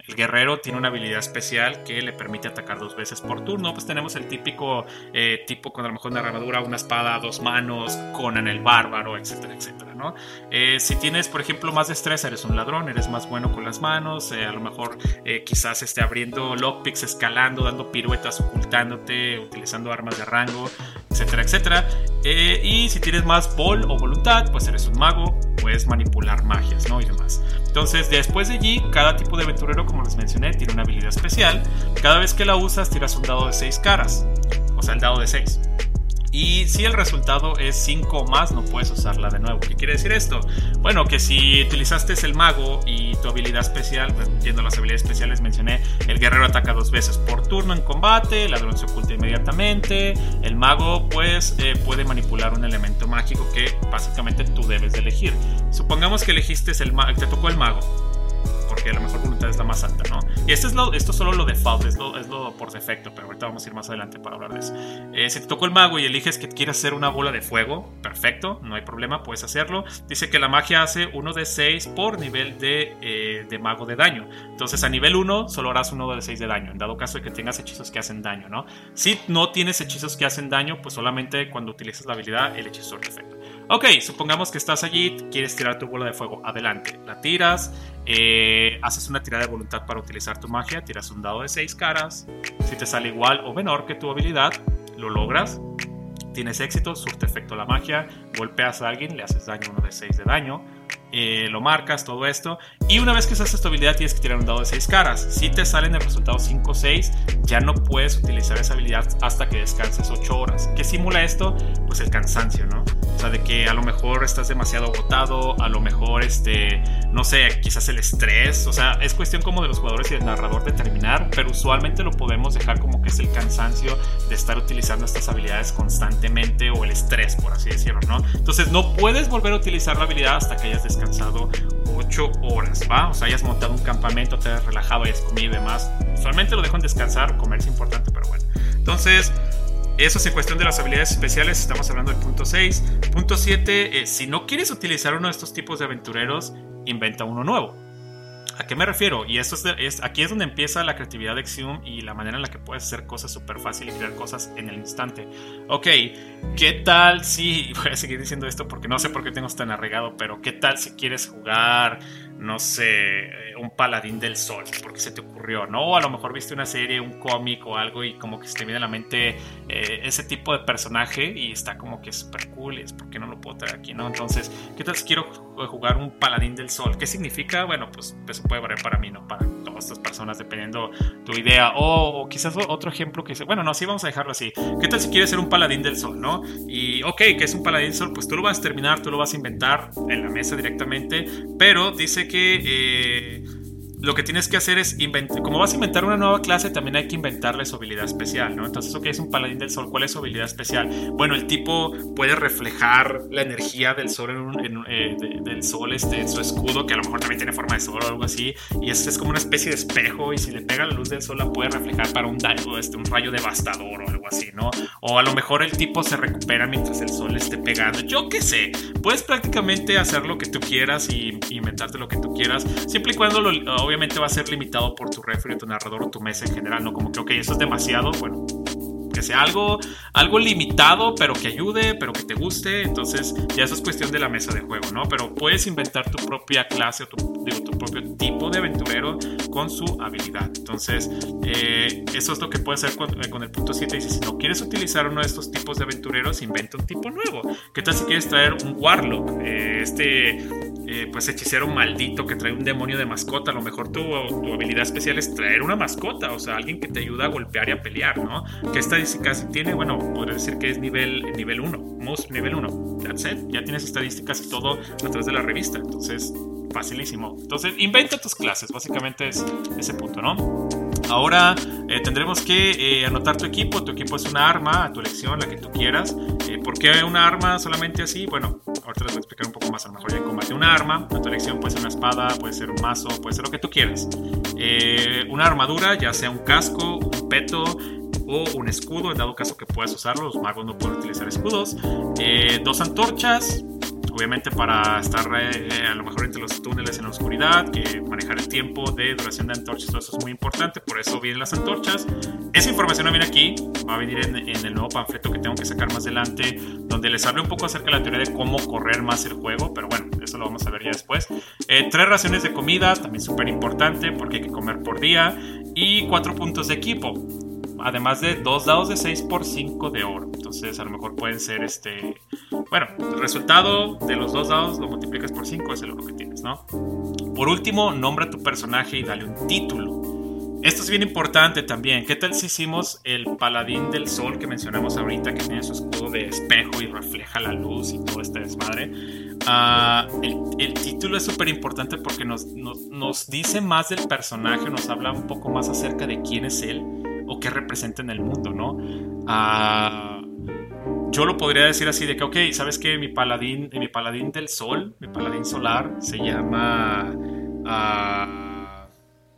El guerrero tiene una habilidad especial que le permite atacar dos veces por turno. Pues tenemos el típico eh, tipo con a lo mejor una armadura, una espada a dos manos, Conan el bárbaro, etcétera, etcétera, ¿no? Eh, si tienes, por ejemplo, más destreza, eres un ladrón, eres más bueno con las manos, eh, a lo mejor eh, quizás esté abriendo lockpicks, escalando, dando piruetas, ocultándote, utilizando armas de rango, etcétera, etcétera. Eh, y si tienes más vol o voluntad, pues eres un mago, puedes manipular magias, ¿no? Y demás. Entonces, después de allí, cada tipo de aventurero, como les mencioné, tiene una habilidad especial. Cada vez que la usas, tiras un dado de seis caras, o sea, el dado de seis. Y si el resultado es cinco o más, no puedes usarla de nuevo. ¿Qué quiere decir esto? Bueno, que si utilizaste el mago y tu habilidad especial, viendo las habilidades especiales mencioné, el guerrero ataca dos veces por turno en combate, el ladrón se oculta inmediatamente, el mago pues eh, puede manipular un elemento mágico que básicamente tú debes de elegir. Supongamos que elegiste el ma- te tocó el mago, porque a lo mejor voluntad es la más alta, ¿no? Y esto es lo, esto es solo lo default, es lo, es lo por defecto, pero ahorita vamos a ir más adelante para hablar de eso. Eh, si te tocó el mago y eliges que quieres hacer una bola de fuego, perfecto, no hay problema, puedes hacerlo. Dice que la magia hace uno de seis por nivel de, eh, de mago de daño. Entonces a nivel uno solo harás uno de seis de daño, en dado caso de que tengas hechizos que hacen daño, ¿no? Si no tienes hechizos que hacen daño, pues solamente cuando utilizas la habilidad el hechizo surte efecto. Ok, supongamos que estás allí, quieres tirar tu bola de fuego, adelante, la tiras, eh, haces una tirada de voluntad para utilizar tu magia, tiras un dado de seis caras, si te sale igual o menor que tu habilidad, lo logras, tienes éxito, surte efecto la magia, golpeas a alguien, le haces daño uno de seis de daño, eh, lo marcas, todo esto, y una vez que usas esta habilidad tienes que tirar un dado de seis caras. Si te salen el resultado cinco o seis, ya no puedes utilizar esa habilidad hasta que descanses ocho horas. ¿Qué simula esto? Pues el cansancio, ¿no? O sea, de que a lo mejor estás demasiado agotado, a lo mejor, este, no sé, quizás el estrés. O sea, es cuestión como de los jugadores y del narrador determinar, pero usualmente lo podemos dejar como que es el cansancio de estar utilizando estas habilidades constantemente, o el estrés, por así decirlo, ¿no? Entonces no puedes volver a utilizar la habilidad hasta que hayas descansado ocho horas, ¿va? O sea, hayas montado un campamento, te hayas relajado, hayas comido y demás. Usualmente lo dejan descansar, comer es importante, pero bueno. Entonces, eso es en cuestión de las habilidades especiales. Estamos hablando del punto seis. Punto siete, eh, si no quieres utilizar uno de estos tipos de aventureros, inventa uno nuevo. ¿A qué me refiero? Y esto es, de, es aquí es donde empieza la creatividad de Exium y la manera en la que puedes hacer cosas súper fácil y crear cosas en el instante. Ok, ¿qué tal si... Voy a seguir diciendo esto porque no sé por qué tengo tan arraigado, pero ¿qué tal si quieres jugar, no sé, un paladín del sol? Porque se te ocurrió, ¿no? O a lo mejor viste una serie, un cómic o algo y como que se te viene a la mente eh, ese tipo de personaje y está como que súper cool. Y es, ¿por qué no lo puedo traer aquí, no? Entonces, ¿qué tal si quiero jugar un paladín del sol? ¿Qué significa? Bueno, pues eso puede variar para mí, no para todas estas personas, dependiendo tu idea. O, o quizás otro ejemplo que... Bueno, no, sí, vamos a dejarlo así. ¿Qué tal si quieres ser un paladín del sol, no? Y, ok, ¿qué es un paladín del sol? Pues tú lo vas a terminar, tú lo vas a inventar en la mesa directamente, pero dice que eh, lo que tienes que hacer es inventar. Como vas a inventar una nueva clase, también hay que inventarle su habilidad especial, ¿no? Entonces, ok, es un paladín del sol. ¿Cuál es su habilidad especial? Bueno, el tipo puede reflejar la energía del sol en un, en, eh, de, del sol este, en su escudo, que a lo mejor también tiene forma de sol o algo así, y es, es como una especie de espejo, y si le pega la luz del sol la puede reflejar para un daño, este, un rayo devastador o algo así, ¿no? O a lo mejor el tipo se recupera mientras el sol le esté pegando. Yo qué sé, puedes prácticamente hacer lo que tú quieras y inventarte lo que tú quieras, siempre y cuando lo, obviamente va a ser limitado por tu refri, tu narrador o tu mesa en general, ¿no? Como que, ok, eso es demasiado, bueno, que sea algo, algo limitado, pero que ayude, pero que te guste. Entonces ya eso es cuestión de la mesa de juego, ¿no? Pero puedes inventar tu propia clase o tu, digo, tu propio tipo de aventurero con su habilidad. Entonces eh, eso es lo que puedes hacer con, con el punto siete. Dice, si no quieres utilizar uno de estos tipos de aventureros, inventa un tipo nuevo. ¿Qué tal si quieres traer un warlock? Eh, este... Eh, pues hechicero maldito que trae un demonio de mascota. A lo mejor tu, tu habilidad especial es traer una mascota, o sea, alguien que te ayuda a golpear y a pelear, ¿no? ¿Qué estadísticas tiene? Bueno, podría decir que es nivel nivel uno, most nivel uno. That's it. Ya tienes estadísticas y todo a través de la revista, entonces facilísimo. Entonces inventa tus clases, básicamente es ese punto, ¿no? Ahora eh, tendremos que eh, anotar tu equipo. Tu equipo es una arma a tu elección, la que tú quieras. eh, ¿Por qué una arma solamente así? Bueno, ahorita les voy a explicar un poco más. A lo mejor ya en combate una arma a tu elección, puede ser una espada, puede ser un mazo, puede ser lo que tú quieras. eh, Una armadura, ya sea un casco, un peto o un escudo, en dado caso que puedas usarlo. Los magos no pueden utilizar escudos. eh, Dos antorchas. obviamente para estar eh, a lo mejor entre los túneles en la oscuridad, que manejar el tiempo de duración de antorchas, todo eso es muy importante, por eso vienen las antorchas. Esa información no viene aquí, va a venir en, en el nuevo panfleto que tengo que sacar más adelante, donde les hablo un poco acerca de la teoría de cómo correr más el juego, pero bueno, eso lo vamos a ver ya después. Eh, tres raciones de comida, también súper importante porque hay que comer por día, y cuatro puntos de equipo. Además de dos dados de seis por cinco de oro. Entonces a lo mejor pueden ser este... Bueno, el resultado de los dos dados lo multiplicas por cinco, es el oro que tienes, ¿no? Por último, nombra a tu personaje y dale un título. Esto es bien importante también. ¿Qué tal si hicimos el paladín del sol que mencionamos ahorita, que tiene su escudo de espejo y refleja la luz y todo este desmadre? Uh, el, el título es súper importante porque nos, nos, nos dice más del personaje, nos habla un poco más acerca de quién es él o qué representa en el mundo, ¿no? Uh, yo lo podría decir así de que, ok, ¿sabes qué? Mi paladín, mi paladín del sol, mi paladín solar, se llama... Uh,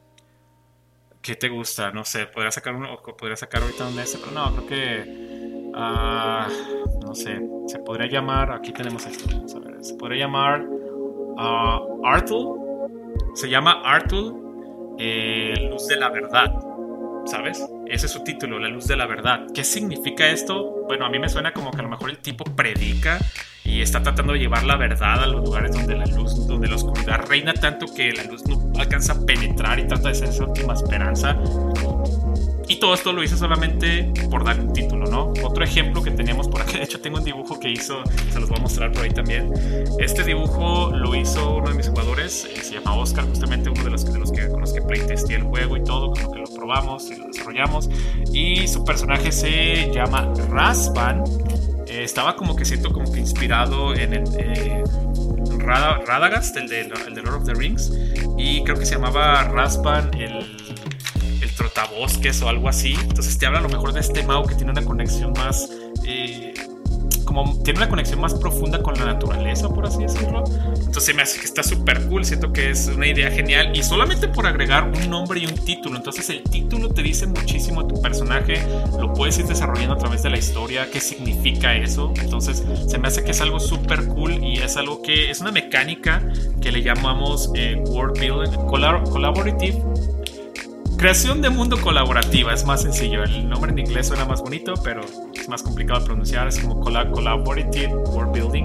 ¿qué te gusta? No sé, podría sacar uno, podría sacar ahorita un ese, pero no, creo que... Uh, no sé, se podría llamar... Aquí tenemos esto, vamos a ver. Se podría llamar... Uh, Artul. Se llama Artul, eh, Luz de la Verdad. ¿Sabes? Ese es su título, La Luz de la Verdad. ¿Qué significa esto? Bueno, a mí me suena como que a lo mejor el tipo predica y está tratando de llevar la verdad a los lugares donde la luz, donde la oscuridad reina tanto que la luz no alcanza a penetrar y trata de ser esa última esperanza. Y todo esto lo hice solamente por darle un título, ¿no? Otro ejemplo que teníamos por aquí, de hecho tengo un dibujo que hizo, se los voy a mostrar por ahí también. Este dibujo lo hizo uno de mis jugadores, eh, se llama Oscar, justamente uno de los, de los que, con los que playtesté el juego y todo, con lo que lo probamos y lo desarrollamos. Y su personaje se llama Raspan. Eh, estaba como que siento como que inspirado en el... Eh, Rad- Radagast, el de, el de Lord of the Rings. Y creo que se llamaba Raspan el... trotabosques o algo así. Entonces te habla a lo mejor de este mago que tiene una conexión más eh, como tiene una conexión más profunda con la naturaleza, por así decirlo. Entonces me hace que está súper cool, siento que es una idea genial y solamente por agregar un nombre y un título. Entonces el título te dice muchísimo de tu personaje, lo puedes ir desarrollando a través de la historia, qué significa eso. Entonces se me hace que es algo súper cool y es algo que es una mecánica que le llamamos eh, World Building Collab- Collaborative. Creación de mundo colaborativa, es más sencillo. El nombre en inglés suena más bonito, pero es más complicado de pronunciar. Es como Collaborative World Building.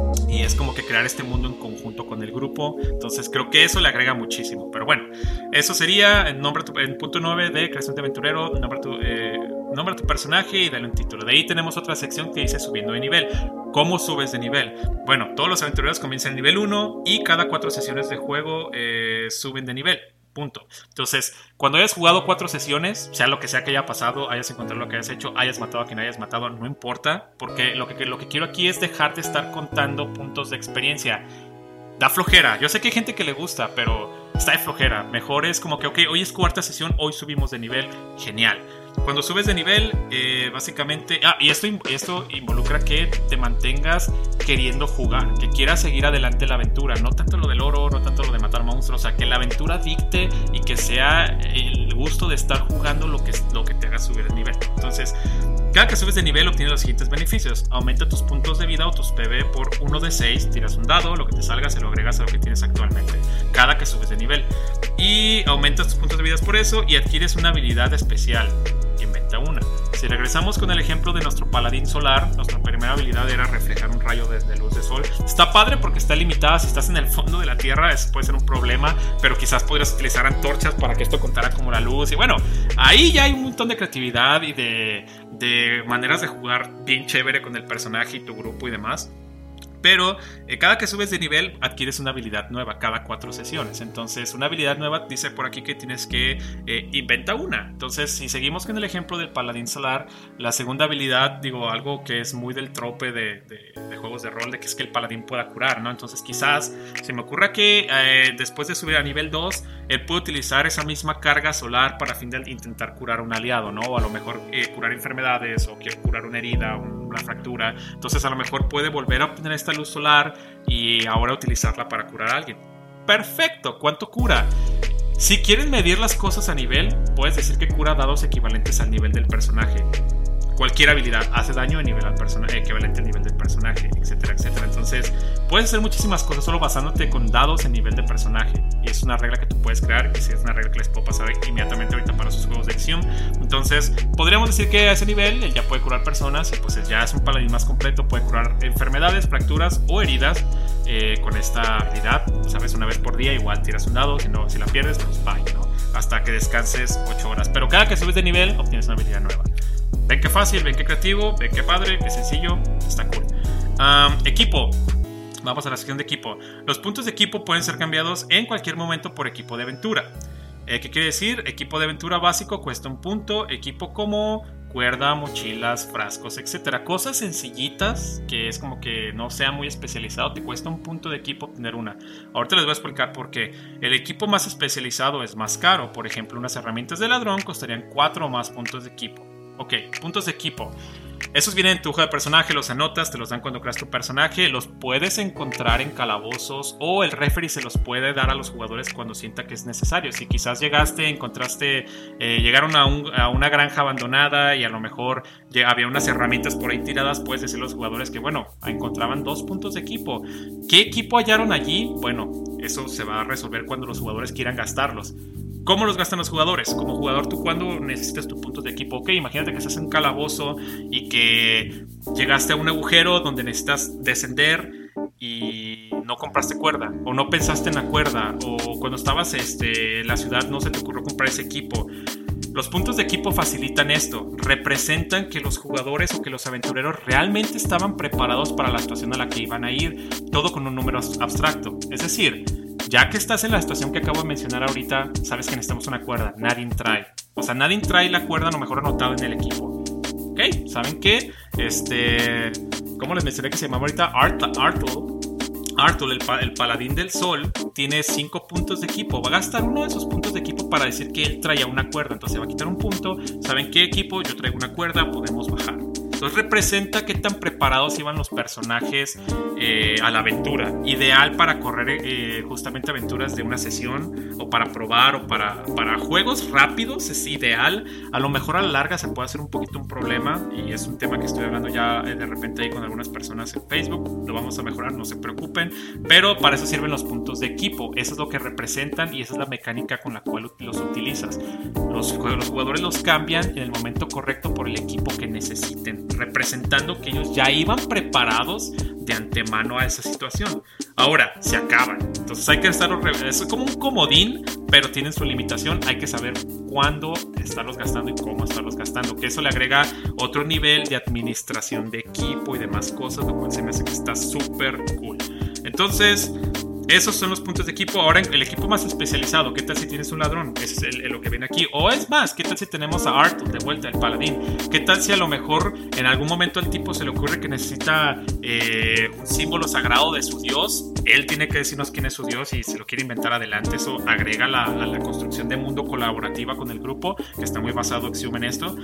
Y es como que crear este mundo en conjunto con el grupo. Entonces creo que eso le agrega muchísimo. Pero bueno, eso sería en, nombre tu, en punto nueve de creación de aventurero. Nombra tu, eh, nombra tu personaje y dale un título. De ahí tenemos otra sección que dice subiendo de nivel. ¿Cómo subes de nivel? Bueno, todos los aventureros comienzan en nivel uno y cada cuatro sesiones de juego eh, suben de nivel. Punto. Entonces, cuando hayas jugado cuatro sesiones, sea lo que sea que haya pasado, hayas encontrado lo que hayas hecho, hayas matado a quien hayas matado, no importa, porque lo que, lo que quiero aquí es dejar de estar contando puntos de experiencia. Da flojera. Yo sé que hay gente que le gusta, pero está de flojera. Mejor es como que, ok, hoy es cuarta sesión, hoy subimos de nivel. Genial. Cuando subes de nivel, eh, básicamente... Ah, y esto, esto involucra que te mantengas queriendo jugar, que quieras seguir adelante la aventura. No tanto lo del oro, no tanto lo de matar monstruos. O sea, que la aventura dicte y que sea el gusto de estar jugando lo que, lo que te haga subir de nivel. Entonces, cada que subes de nivel obtienes los siguientes beneficios. Aumenta tus puntos de vida o tus P V por uno de seis. Tiras un dado, lo que te salga se lo agregas a lo que tienes actualmente. Cada que subes de nivel. Y aumentas tus puntos de vida por eso y adquieres una habilidad especial. Inventa una. Si regresamos con el ejemplo de nuestro paladín solar, nuestra primera habilidad era reflejar un rayo de, de luz de sol. Está padre porque está limitada. Si estás en el fondo de la tierra, eso puede ser un problema, pero quizás podrías utilizar antorchas para que esto contara como la luz. Y bueno, ahí ya hay un montón de creatividad y de, de maneras de jugar bien chévere con el personaje y tu grupo y demás. Pero eh, cada que subes de nivel adquieres una habilidad nueva cada cuatro sesiones. Entonces una habilidad nueva dice por aquí que tienes que eh, inventa una. Entonces si seguimos con el ejemplo del paladín solar, la segunda habilidad, digo algo que es muy del trope de, de, de juegos de rol, de que es que el paladín pueda curar, ¿no? Entonces quizás se me ocurra que eh, después de subir a nivel dos, él puede utilizar esa misma carga solar para fin de intentar curar a un aliado, ¿no? O a lo mejor eh, curar enfermedades o quiere curar una herida, una fractura. Entonces a lo mejor puede volver a obtener esta luz solar y ahora utilizarla para curar a alguien. Perfecto, ¿cuánto cura? Si quieres medir las cosas a nivel, puedes decir que cura dados equivalentes al nivel del personaje. cualquier habilidad hace daño a nivel al personaje, equivalente al nivel del personaje, etcétera, etcétera. Entonces puedes hacer muchísimas cosas solo basándote con dados en nivel de personaje, y es una regla que tú puedes crear, y si es una regla que les puedo pasar inmediatamente ahorita para sus juegos de acción. Entonces podríamos decir que a ese nivel él ya puede curar personas, y pues ya es un paladín más completo, puede curar enfermedades, fracturas o heridas eh, con esta habilidad. Sabes, una vez por día igual tiras un dado, si, no, si la pierdes pues bye, ¿no? Hasta que descanses ocho horas, pero cada que subes de nivel obtienes una habilidad nueva. Ven que fácil, ven que creativo, ven que padre, que sencillo, está cool. Um, equipo. Vamos a la sección de equipo. Los puntos de equipo pueden ser cambiados en cualquier momento por equipo de aventura. Eh, ¿Qué quiere decir? Equipo de aventura básico cuesta un punto. Equipo como cuerda, mochilas, frascos, etcétera. Cosas sencillitas que es como que no sea muy especializado. Te cuesta un punto de equipo obtener una. Ahorita les voy a explicar por qué. El equipo más especializado es más caro. Por ejemplo, unas herramientas de ladrón costarían cuatro o más puntos de equipo. Ok, puntos de equipo. Esos vienen en tu hoja de personaje, los anotas, te los dan cuando creas tu personaje. Los puedes encontrar en calabozos, o el referee se los puede dar a los jugadores cuando sienta que es necesario. Si quizás llegaste, encontraste, eh, llegaron a, un, a una granja abandonada y a lo mejor ya había unas herramientas por ahí tiradas, puedes decirle a los jugadores que, bueno, encontraban dos puntos de equipo. ¿Qué equipo hallaron allí? Bueno, eso se va a resolver cuando los jugadores quieran gastarlos. ¿Cómo los gastan los jugadores? Como jugador, tú cuando necesitas tus puntos de equipo, ok, imagínate que estás en un calabozo y que llegaste a un agujero donde necesitas descender y no compraste cuerda, o no pensaste en la cuerda, o cuando estabas este, en la ciudad no se te ocurrió comprar ese equipo. Los puntos de equipo facilitan esto, representan que los jugadores o que los aventureros realmente estaban preparados para la situación a la que iban a ir, todo con un número abstracto. Es decir, ya que estás en la situación que acabo de mencionar ahorita, sabes que necesitamos una cuerda, nadie trae. O sea, nadie trae la cuerda a lo mejor anotada en el equipo. Ok, ¿saben qué? Este, ¿cómo les mencioné que se llamaba ahorita? Art, Artul. Artul, el, el paladín del sol, tiene cinco puntos de equipo. Va a gastar uno de esos puntos de equipo para decir que él traía una cuerda. Entonces va a quitar un punto. ¿Saben qué equipo? Yo traigo una cuerda, podemos bajar. Entonces representa qué tan preparados iban los personajes eh, a la aventura. Ideal para correr eh, justamente aventuras de una sesión, o para probar, o para, para juegos rápidos es ideal. A lo mejor a la larga se puede hacer un poquito un problema, y es un tema que estoy hablando ya eh, de repente ahí con algunas personas en Facebook. Lo vamos a mejorar, no se preocupen, pero para eso sirven los puntos de equipo. Eso es lo que representan y esa es la mecánica con la cual los utilizas. Los, los jugadores los cambian en el momento correcto por el equipo que necesiten, representando que ellos ya iban preparados de antemano a esa situación. Ahora, se acaban. Entonces hay que estar... Es como un comodín, pero tienen su limitación. Hay que saber cuándo estarlos gastando y cómo estarlos gastando. Que eso le agrega otro nivel de administración de equipo y demás cosas, lo cual se me hace que está súper cool. Entonces... esos son los puntos de equipo. Ahora, el equipo más especializado, ¿qué tal si tienes un ladrón? Ese es el, el, lo que viene aquí. O es más, ¿qué tal si tenemos a Artul de vuelta, el paladín? ¿Qué tal si a lo mejor en algún momento al tipo se le ocurre que necesita eh, un símbolo sagrado de su dios? Él tiene que decirnos quién es su dios y se lo quiere inventar adelante. Eso agrega la, a la construcción de mundo colaborativa con el grupo, que está muy basado Axiom en esto.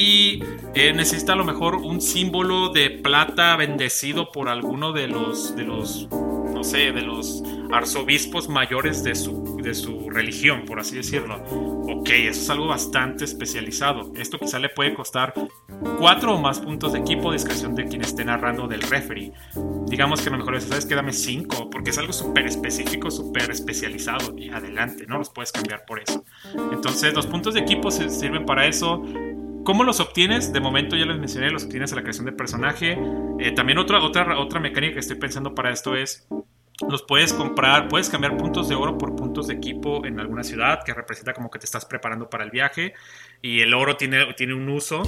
Y eh, necesita a lo mejor un símbolo de plata bendecido por alguno de los... de los no sé, de los arzobispos mayores de su, de su religión, por así decirlo. Ok, eso es algo bastante especializado. Esto quizá le puede costar cuatro o más puntos de equipo, discreción de quien esté narrando, del referee. Digamos que a lo mejor ¿sabes qué? Dame cinco, porque es algo súper específico, súper especializado, y adelante, ¿no? Los puedes cambiar por eso. Entonces, los puntos de equipo se sirven para eso. ¿Cómo los obtienes? De momento ya les mencioné, los obtienes a la creación del personaje. Eh, también otra, otra, otra mecánica que estoy pensando para esto es... los puedes comprar, puedes cambiar puntos de oro por puntos de equipo en alguna ciudad, que representa como que te estás preparando para el viaje, y el oro tiene, tiene un uso,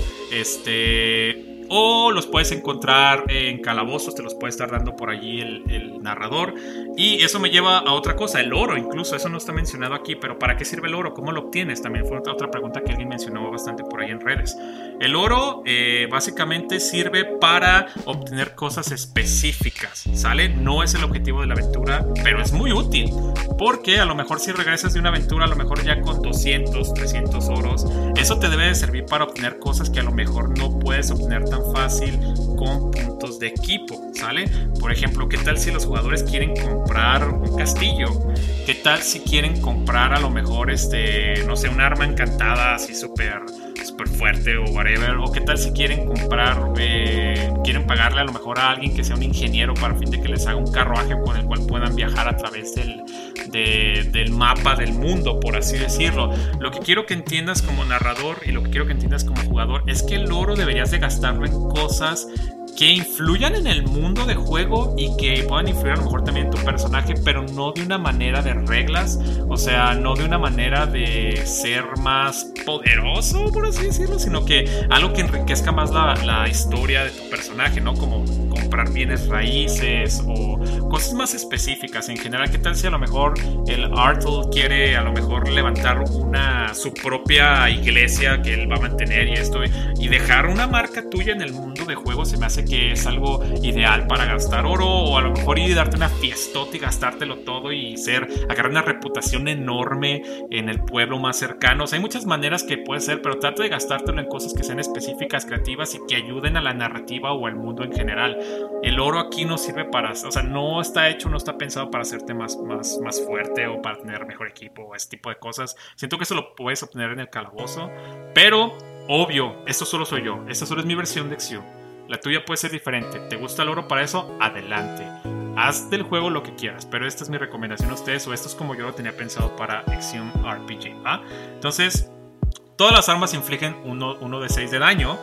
este, o los puedes encontrar en calabozos, te los puede estar dando por allí el, el narrador. Y eso me lleva a otra cosa, el oro incluso, eso no está mencionado aquí, pero ¿para qué sirve el oro? ¿Cómo lo obtienes? También fue otra, otra pregunta que alguien mencionó bastante por ahí en redes. El oro eh, básicamente sirve para obtener cosas específicas, ¿sale? No es el objetivo de la aventura, pero es muy útil, porque a lo mejor si regresas de una aventura, a lo mejor ya con doscientos, trescientos oros, eso te debe de servir para obtener cosas que a lo mejor no puedes obtener tan fácil con puntos de equipo, ¿sale? Por ejemplo, ¿qué tal si los jugadores quieren comprar un castillo? ¿Qué tal si quieren comprar a lo mejor, este, no sé, un arma encantada así súper súper fuerte o whatever? O qué tal si quieren comprar, eh, quieren pagarle a lo mejor a alguien que sea un ingeniero para fin de que les haga un carruaje con el cual puedan viajar a través del, de, del mapa del mundo, por así decirlo. Lo que quiero que entiendas como narrador y lo que quiero que entiendas como jugador es que el oro deberías de gastarlo en cosas que influyan en el mundo de juego y que puedan influir a lo mejor también en tu personaje, pero no de una manera de reglas, o sea, no de una manera de ser más poderoso, por así decirlo, sino que algo que enriquezca más la, la historia de tu personaje, ¿no? Como comprar bienes raíces o cosas más específicas en general. ¿Qué tal si a lo mejor el Arthur quiere a lo mejor levantar una su propia iglesia que él va a mantener y esto, y dejar una marca tuya en el mundo de juego? Se me hace que es algo ideal para gastar oro, o a lo mejor ir y darte una fiestota y gastártelo todo y ser, agarrar una reputación enorme en el pueblo más cercano. O sea, hay muchas maneras que puede ser, pero trata de gastártelo en cosas que sean específicas, creativas y que ayuden a la narrativa o al mundo en general. El oro aquí no sirve para, o sea, no está hecho, no está pensado para hacerte más, más, más fuerte o para tener mejor equipo o ese tipo de cosas. Siento que eso lo puedes obtener en el calabozo, pero obvio, esto solo soy yo, esta solo es mi versión de Xiu. La tuya puede ser diferente. ¿Te gusta el oro para eso? Adelante. Haz del juego lo que quieras, pero esta es mi recomendación a ustedes, o esto es como yo lo tenía pensado para Exium R P G, ¿va? Entonces, todas las armas infligen uno de seis de daño.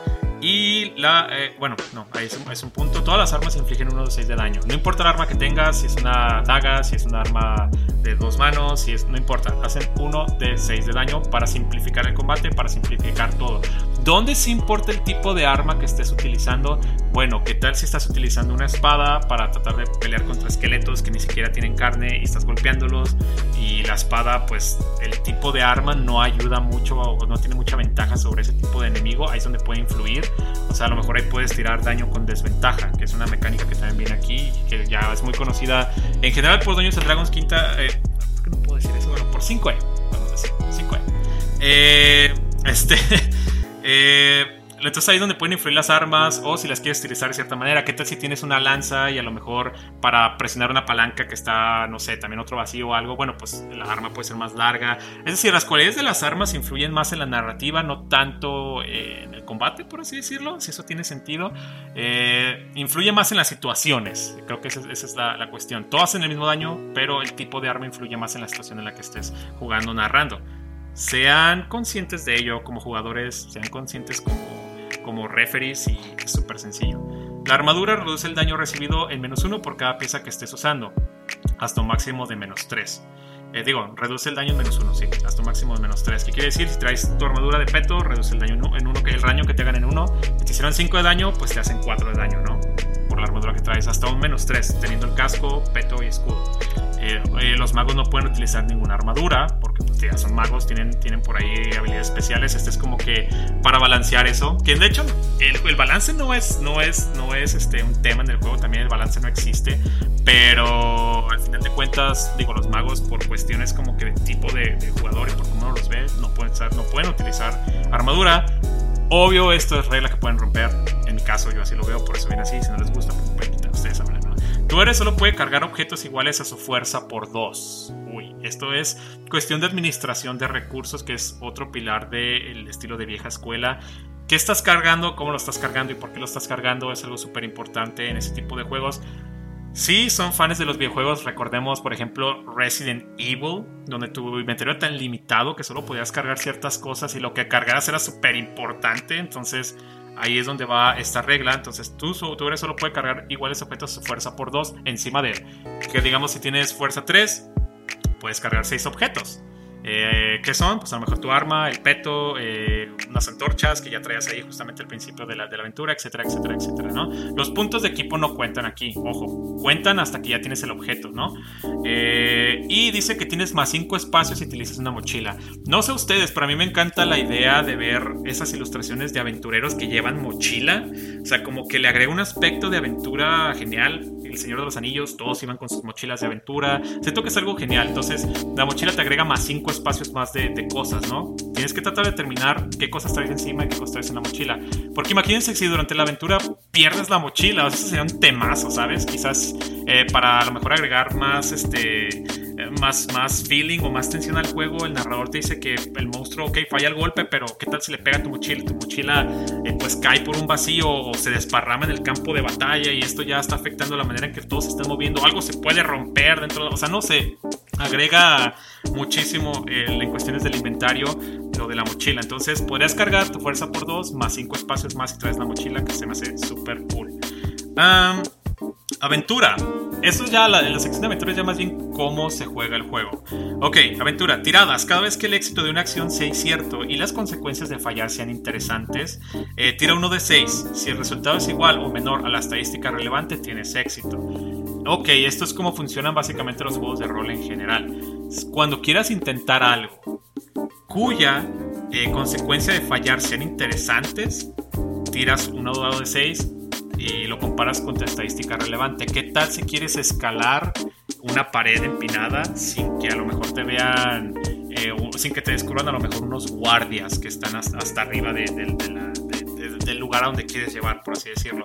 Y la, eh, bueno, no, ahí es un, es un punto. Todas las armas infligen uno de seis de daño. No importa el arma que tengas, si es una daga, si es un arma de dos manos, si es, no importa, hacen uno de seis de daño para simplificar el combate, para simplificar todo. ¿Dónde sí importa el tipo de arma que estés utilizando? Bueno, ¿qué tal si estás utilizando una espada para tratar de pelear contra esqueletos que ni siquiera tienen carne y estás golpeándolos? Y la espada, pues el tipo de arma no ayuda mucho o no tiene mucha ventaja sobre ese tipo de enemigo. Ahí es donde puede influir. O sea, a lo mejor ahí puedes tirar daño con desventaja, que es una mecánica que también viene aquí y que ya es muy conocida en general por Dungeons and Dragons quinta. Eh, ¿Por qué no puedo decir eso? Bueno, por cinco E. Vamos a decir, cinco E. Eh, este. eh. Entonces ahí es donde pueden influir las armas, o si las quieres utilizar de cierta manera. ¿Qué tal si tienes una lanza y a lo mejor para presionar una palanca que está, no sé, también otro vacío o algo? Bueno, pues la arma puede ser más larga. Es decir, las cualidades de las armas influyen más en la narrativa, no tanto en el combate, por así decirlo, si eso tiene sentido. Eh, influye más en las situaciones. Creo que esa, esa es la, la cuestión. Todas hacen el mismo daño, pero el tipo de arma influye más en la situación en la que estés jugando, narrando. Sean conscientes de ello como jugadores, sean conscientes como como referees, y es súper sencillo. La armadura reduce el daño recibido en menos uno por cada pieza que estés usando, hasta un máximo de menos tres. Eh, digo, reduce el daño en menos uno, sí, hasta un máximo de menos tres. ¿Qué quiere decir? Si traes tu armadura de peto, reduce el daño en uno, el daño que te hagan en uno. Si te hicieron cinco de daño, pues te hacen cuatro de daño, ¿no? Por la armadura que traes, hasta un menos tres, teniendo el casco, peto y escudo. Eh, eh, los magos no pueden utilizar ninguna armadura porque pues, ya son magos, tienen, tienen por ahí habilidades especiales. Este es como que para balancear eso, que de hecho el, el balance no es, no es, no es este, un tema en el juego, también el balance no existe, pero al final de cuentas, digo, los magos por cuestiones como que de tipo de, de jugador y por cómo uno los ve, no pueden, usar, no pueden utilizar armadura. Obvio, esto es regla que pueden romper. En mi caso yo así lo veo, por eso viene así. Si no les gusta, pues pueden quitar, ustedes sabrán, ¿no? Tu héroe solo puede cargar objetos iguales a su fuerza por dos. Uy, esto es cuestión de administración de recursos, que es otro pilar del estilo de vieja escuela. ¿Qué estás cargando? ¿Cómo lo estás cargando? ¿Y por qué lo estás cargando? Es algo súper importante en ese tipo de juegos. Si son fans de los videojuegos, recordemos por ejemplo Resident Evil, donde tu inventario era tan limitado que solo podías cargar ciertas cosas y lo que cargaras era súper importante. Entonces ahí es donde va esta regla. Entonces tú, tu héroe solo puede cargar iguales objetos a su fuerza por dos encima de él. Que digamos, si tienes fuerza tres, puedes cargar seis objetos. Eh, ¿Qué son? Pues a lo mejor tu arma, el peto, eh, unas antorchas que ya traías ahí justamente al principio de la, de la aventura, etcétera, etcétera, etcétera, ¿no? Los puntos de equipo no cuentan aquí, ojo, cuentan hasta que ya tienes el objeto, ¿no? Eh, y dice que tienes más cinco espacios si utilizas una mochila. No sé ustedes, pero a mí me encanta la idea de ver esas ilustraciones de aventureros que llevan mochila. O sea, como que le agrega un aspecto de aventura genial. El Señor de los Anillos, todos iban con sus mochilas de aventura. Siento que es algo genial. Entonces, la mochila te agrega más cinco espacios más de, de cosas, ¿no? Tienes que tratar de determinar qué cosas traes encima y qué cosas traes en la mochila. Porque imagínense si durante la aventura pierdes la mochila, o sea, eso sería un temazo, ¿sabes? Quizás eh, para a lo mejor agregar más, este, eh, más, más feeling o más tensión al juego. El narrador te dice que el monstruo, ok, falla el golpe, pero ¿qué tal si le pega a tu mochila? Tu mochila eh, pues cae por un vacío o se desparrama en el campo de batalla y esto ya está afectando la manera en que todos se están moviendo. Algo se puede romper dentro de... O sea, no sé, agrega muchísimo eh, en cuestiones del inventario lo de la mochila. Entonces podrías cargar tu fuerza por dos más cinco espacios más y traes la mochila, que se me hace súper cool. Um, aventura. Eso es ya la, la sección de aventura, es ya más bien cómo se juega el juego. Ok, aventura, tiradas. Cada vez que el éxito de una acción sea incierto y las consecuencias de fallar sean interesantes, eh, tira uno de seis. Si el resultado es igual o menor a la estadística relevante, tienes éxito. Ok, esto es cómo funcionan básicamente los juegos de rol en general. Cuando quieras intentar algo cuya eh, consecuencia de fallar sean interesantes, tiras un dado de seis y lo comparas con tu estadística relevante. ¿Qué tal si quieres escalar una pared empinada sin que a lo mejor te vean, eh, sin que te descubran a lo mejor unos guardias que están hasta, hasta arriba de, de, de la, de, de, del lugar a donde quieres llevar, por así decirlo?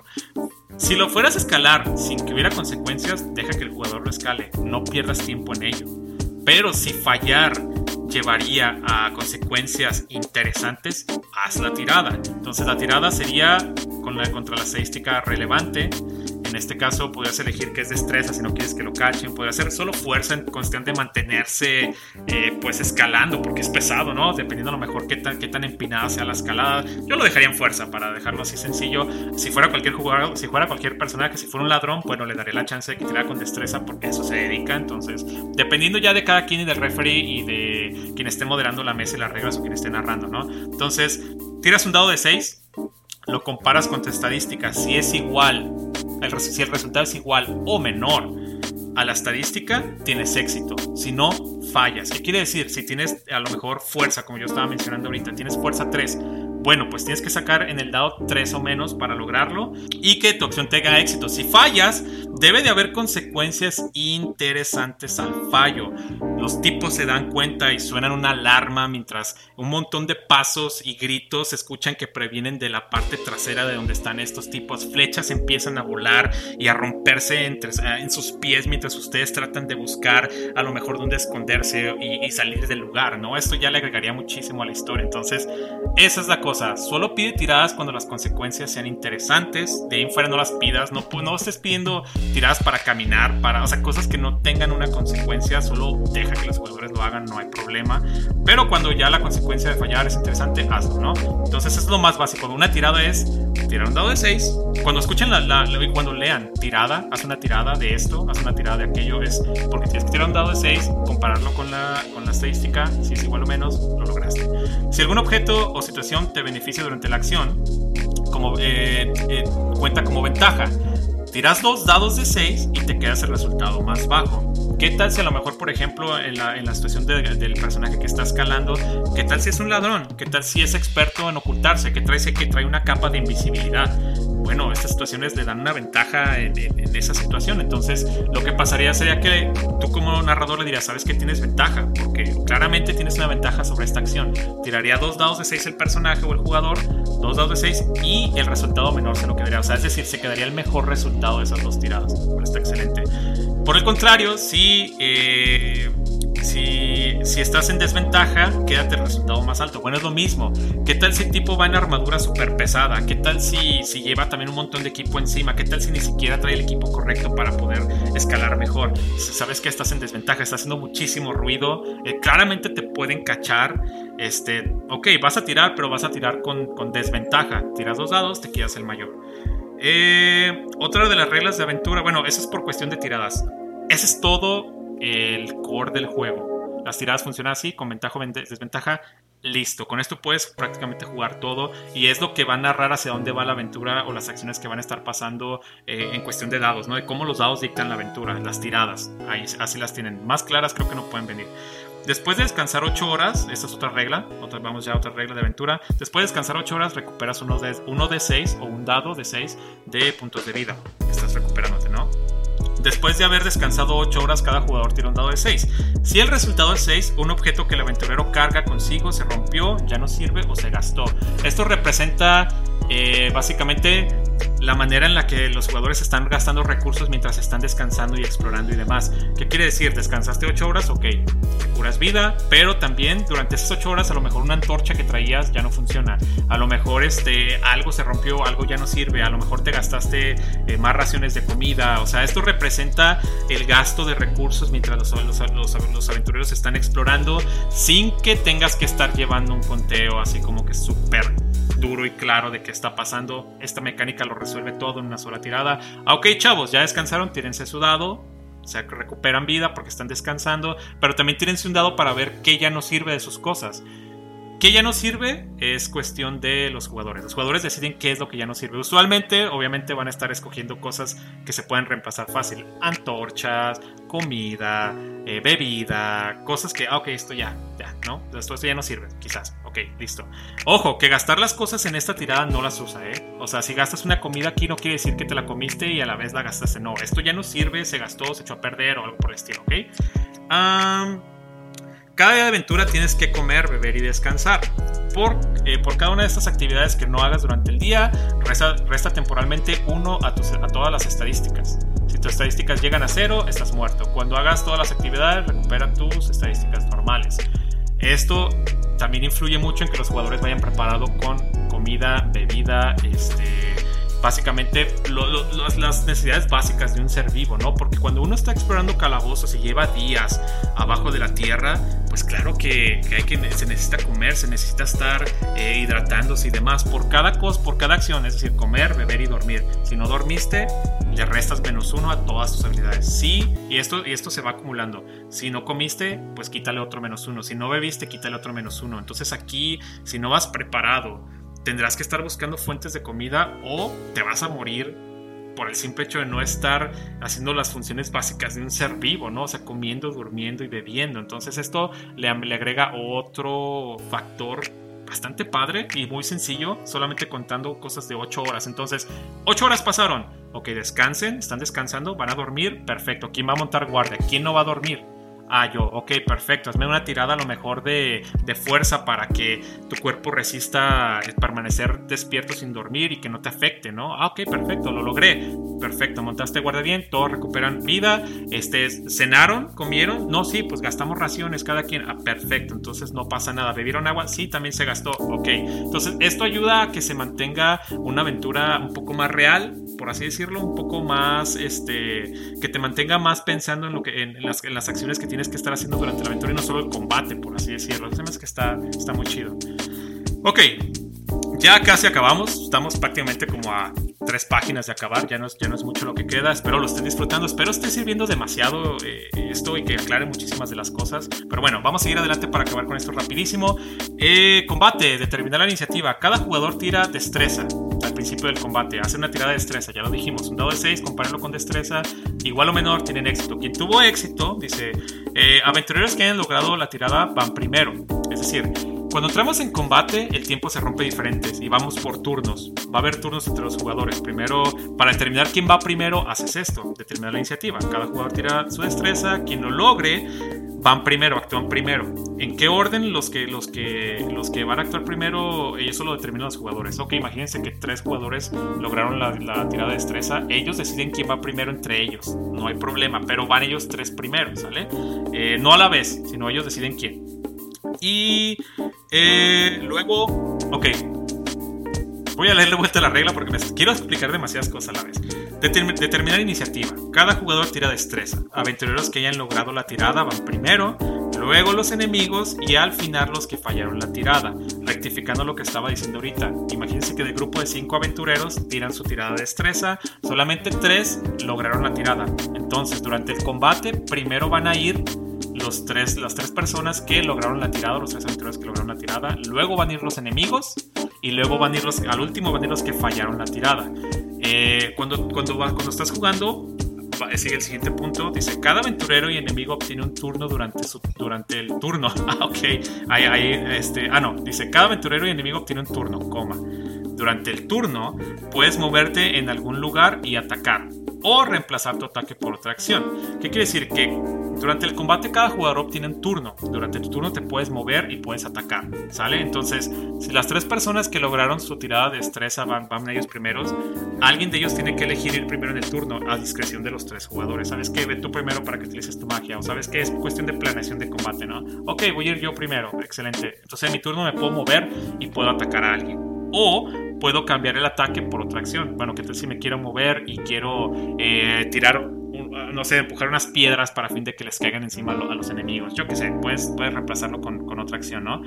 Si lo fueras a escalar sin que hubiera consecuencias, deja que el jugador lo escale, no pierdas tiempo en ello. Pero si fallar llevaría a consecuencias interesantes, haz la tirada. Entonces la tirada sería con la, contra la estadística relevante. En este caso podrías elegir que es destreza si no quieres que lo cachen. Podría ser solo fuerza en cuestión de mantenerse eh, pues escalando, porque es pesado, ¿no? Dependiendo a lo mejor qué tan, qué tan empinada sea la escalada. Yo lo dejaría en fuerza para dejarlo así sencillo. Si fuera cualquier jugador, si fuera cualquier personaje, si fuera un ladrón, bueno, le daré la chance de que tirara con destreza porque eso se dedica. Entonces, dependiendo ya de cada quien y del referee y de quien esté moderando la mesa y las reglas o quien esté narrando, ¿no? Entonces, tiras un dado de seis, lo comparas con tu estadística. Si es igual, el, si el resultado es igual o menor a la estadística, tienes éxito. Si no, fallas. ¿Qué quiere decir? Si tienes a lo mejor fuerza, como yo estaba mencionando ahorita, tienes fuerza tres, bueno, pues tienes que sacar en el dado tres o menos para lograrlo y que tu acción tenga éxito. Si fallas, debe de haber consecuencias interesantes al fallo. Los tipos se dan cuenta y suenan una alarma mientras un montón de pasos y gritos se escuchan que previenen de la parte trasera de donde están estos tipos. Flechas empiezan a volar y a romperse entre, en sus pies mientras ustedes tratan de buscar a lo mejor dónde esconderse y, y salir del lugar, ¿no? Esto ya le agregaría muchísimo a la historia. Entonces, esa es la cosa. Solo pide tiradas cuando las consecuencias sean interesantes. De ahí en fuera no las pidas. No, no estés pidiendo tiradas para caminar, para, o sea, cosas que no tengan una consecuencia. Solo deja que los jugadores lo hagan, no hay problema. Pero cuando ya la consecuencia de fallar es interesante, hazlo, ¿no? Entonces eso es lo más básico. Una tirada es tirar un dado de seis. Cuando escuchen la, la, la cuando lean tirada, haz una tirada de esto, haz una tirada de aquello. Es porque tienes que tirar un dado de seis, compararlo con la, con la estadística. Si es igual o menos, lo lograste. Si algún objeto o situación te beneficia durante la acción, como eh, eh, cuenta como ventaja, tiras dos dados de seis y te quedas el resultado más bajo. ¿Qué tal si a lo mejor, por ejemplo, en la, en la situación de, del personaje que está escalando, qué tal si es un ladrón? ¿Qué tal si es experto en ocultarse? ¿Qué trae, que trae una capa de invisibilidad? Bueno, estas situaciones le dan una ventaja en, en, en esa situación. Entonces, lo que pasaría sería que tú como narrador le dirías, sabes que tienes ventaja, porque claramente tienes una ventaja sobre esta acción. Tiraría dos dados de seis el personaje o el jugador, dos dados de seis y el resultado menor se lo quedaría. O sea, es decir, se quedaría el mejor resultado de esas dos tiradas. Bueno, está excelente. Por el contrario, si, eh, si, si estás en desventaja, quédate el resultado más alto. Bueno, es lo mismo. ¿Qué tal si el tipo va en armadura súper pesada? ¿Qué tal si, si lleva también un montón de equipo encima? ¿Qué tal si ni siquiera trae el equipo correcto para poder escalar mejor? Si sabes que estás en desventaja, estás haciendo muchísimo ruido, eh, claramente te pueden cachar. Este, ok, vas a tirar, pero vas a tirar con, con desventaja. Tiras dos dados, te quedas el mayor. Eh, otra de las reglas de aventura, bueno, eso es por cuestión de tiradas. Ese es todo el core del juego. Las tiradas funcionan así, con ventaja o desventaja. Listo, con esto puedes prácticamente jugar todo y es lo que va a narrar hacia dónde va la aventura o las acciones que van a estar pasando eh, en cuestión de dados, ¿no? De cómo los dados dictan la aventura, las tiradas. Ahí, así las tienen. Más claras creo que no pueden venir. Después de descansar ocho horas, esta es otra regla, otra, vamos ya a otra regla de aventura. Después de descansar ocho horas, recuperas uno de, uno de seis o un dado de seis de puntos de vida. Estás recuperándote, ¿no? Después de haber descansado ocho horas, cada jugador tira un dado de seis. Si el resultado es seis, un objeto que el aventurero carga consigo se rompió, ya no sirve o se gastó. Esto representa eh, básicamente la manera en la que los jugadores están gastando recursos mientras están descansando y explorando y demás. ¿Qué quiere decir? Descansaste ocho horas, ok, te curas vida, pero también durante esas ocho horas a lo mejor una antorcha que traías ya no funciona, a lo mejor este, algo se rompió, algo ya no sirve, a lo mejor te gastaste eh, más raciones de comida. O sea, esto representa el gasto de recursos mientras los, los, los, los aventureros están explorando, sin que tengas que estar llevando un conteo así como que súper duro y claro de qué está pasando. Esta mecánica lo resuelve todo en una sola tirada. Ah, ok, chavos, ya descansaron, tírense su dado. O sea, que recuperan vida porque están descansando, pero también tírense un dado para ver qué ya no sirve de sus cosas. ¿Qué ya no sirve? Es cuestión de los jugadores. Los jugadores deciden qué es lo que ya no sirve. Usualmente, obviamente, van a estar escogiendo cosas que se pueden reemplazar fácil. Antorchas, comida, eh, bebida, cosas que, ah, ok, esto ya, ya, ¿no? Esto, esto ya no sirve, quizás. Ok, listo. Ojo, que gastar las cosas en esta tirada no las usa, ¿eh? O sea, si gastas una comida aquí no quiere decir que te la comiste y a la vez la gastaste. No, esto ya no sirve, se gastó, se echó a perder o algo por el estilo, ¿ok? Um... Cada día de aventura tienes que comer, beber y descansar. Por, eh, por cada una de estas actividades que no hagas durante el día, resta, resta temporalmente uno a, tus, a todas las estadísticas. Si tus estadísticas llegan a cero, estás muerto. Cuando hagas todas las actividades, recupera tus estadísticas normales. Esto también influye mucho en que los jugadores vayan preparados con comida, bebida, este... básicamente lo, lo, las necesidades básicas de un ser vivo, ¿no? Porque cuando uno está explorando calabozos y lleva días abajo de la tierra, pues claro que, que, hay que se necesita comer, se necesita estar eh, hidratándose y demás por cada cosa, por cada acción, es decir, comer, beber y dormir. Si no dormiste, le restas menos uno a todas tus habilidades. Sí, y esto, y esto se va acumulando. Si no comiste, pues quítale otro menos uno. Si no bebiste, quítale otro menos uno. Entonces aquí, si no vas preparado, tendrás que estar buscando fuentes de comida o te vas a morir por el simple hecho de no estar haciendo las funciones básicas de un ser vivo, ¿no? O sea, comiendo, durmiendo y bebiendo. Entonces esto le, le agrega otro factor bastante padre y muy sencillo, solamente contando cosas de ocho horas. Entonces, ocho horas pasaron. Ok, descansen, están descansando, van a dormir, perfecto. ¿Quién va a montar guardia? ¿Quién no va a dormir? Ah, yo, ok, perfecto. Hazme una tirada a lo mejor de, de fuerza para que tu cuerpo resista permanecer despierto sin dormir y que no te afecte, ¿no? Ah, ok, perfecto, lo logré. Perfecto, montaste guardia bien, todos recuperan vida. Este, ¿cenaron? ¿Comieron? No, sí, pues gastamos raciones cada quien. Ah, perfecto, entonces no pasa nada. ¿Bebieron agua? Sí, también se gastó. Ok, entonces esto ayuda a que se mantenga una aventura un poco más real, por así decirlo, un poco más, este, que te mantenga más pensando en, lo que, en, en, las, en las acciones que tienes que estar haciendo durante la aventura y no solo el combate, por así decirlo. Además que está, está muy chido. Ok, ya casi acabamos. Estamos prácticamente como a tres páginas de acabar. Ya no es, ya no es mucho lo que queda. Espero lo estén disfrutando. Espero esté sirviendo demasiado eh, esto y que aclare muchísimas de las cosas. Pero bueno, vamos a seguir adelante para acabar con esto rapidísimo. Eh, combate, determinar la iniciativa. Cada jugador tira destreza al principio del combate. Hace una tirada de destreza, ya lo dijimos. Un dado de seis, compárenlo con destreza. Igual o menor, tienen éxito. Quien tuvo éxito, dice, eh, aventureros que hayan logrado la tirada van primero. Es decir, cuando entramos en combate, el tiempo se rompe diferente y vamos por turnos. Va a haber turnos entre los jugadores. Primero, para determinar quién va primero, haces esto, determinar la iniciativa. Cada jugador tira su destreza. Quien lo logre, van primero, actúan primero. ¿En qué orden? Los que, los que, los que van a actuar primero, eso lo determinan los jugadores. Ok, imagínense que tres jugadores lograron la, la tirada de destreza. Ellos deciden quién va primero entre ellos. No hay problema, pero van ellos tres primero, ¿sale? Eh, no a la vez, sino ellos deciden quién. Y eh, luego, ok, voy a leerle vuelta a la regla porque me quiero explicar demasiadas cosas a la vez. Determin- determinar iniciativa. Cada jugador tira destreza. Aventureros que hayan logrado la tirada van primero, luego los enemigos y al final los que fallaron la tirada. Rectificando lo que estaba diciendo ahorita, imagínense que del grupo de cinco aventureros tiran su tirada de destreza, solamente tres lograron la tirada. Entonces, durante el combate, primero van a ir Los tres, las tres personas que lograron la tirada, los tres aventureros que lograron la tirada, luego van a ir los enemigos y luego van a ir los, al último van a ir los que fallaron la tirada. Eh, cuando, cuando, cuando estás jugando, sigue el siguiente punto, dice, cada aventurero y enemigo obtiene un turno durante, su, durante el turno. Ah, ok, ahí, ahí, este, ah no, dice, cada aventurero y enemigo obtiene un turno, coma. Durante el turno puedes moverte en algún lugar y atacar. o reemplazar tu ataque por otra acción. ¿Qué quiere decir? Que durante el combate cada jugador obtiene un turno. Durante tu turno te puedes mover y puedes atacar, ¿sale? Entonces, si las tres personas que lograron su tirada de destreza van, van ellos primeros, alguien de ellos tiene que elegir ir primero en el turno a discreción de los tres jugadores. ¿Sabes qué? Ve tú primero para que utilices tu magia. O sabes que es cuestión de planeación de combate, ¿no? Ok, voy a ir yo primero. Excelente. Entonces en mi turno me puedo mover y puedo atacar a alguien. O puedo cambiar el ataque por otra acción. Bueno, que tal si me quiero mover y quiero eh, tirar, un, no sé, empujar unas piedras para fin de que les caigan encima a, lo, a los enemigos. Yo qué sé, puedes, puedes reemplazarlo con, con otra acción, ¿no?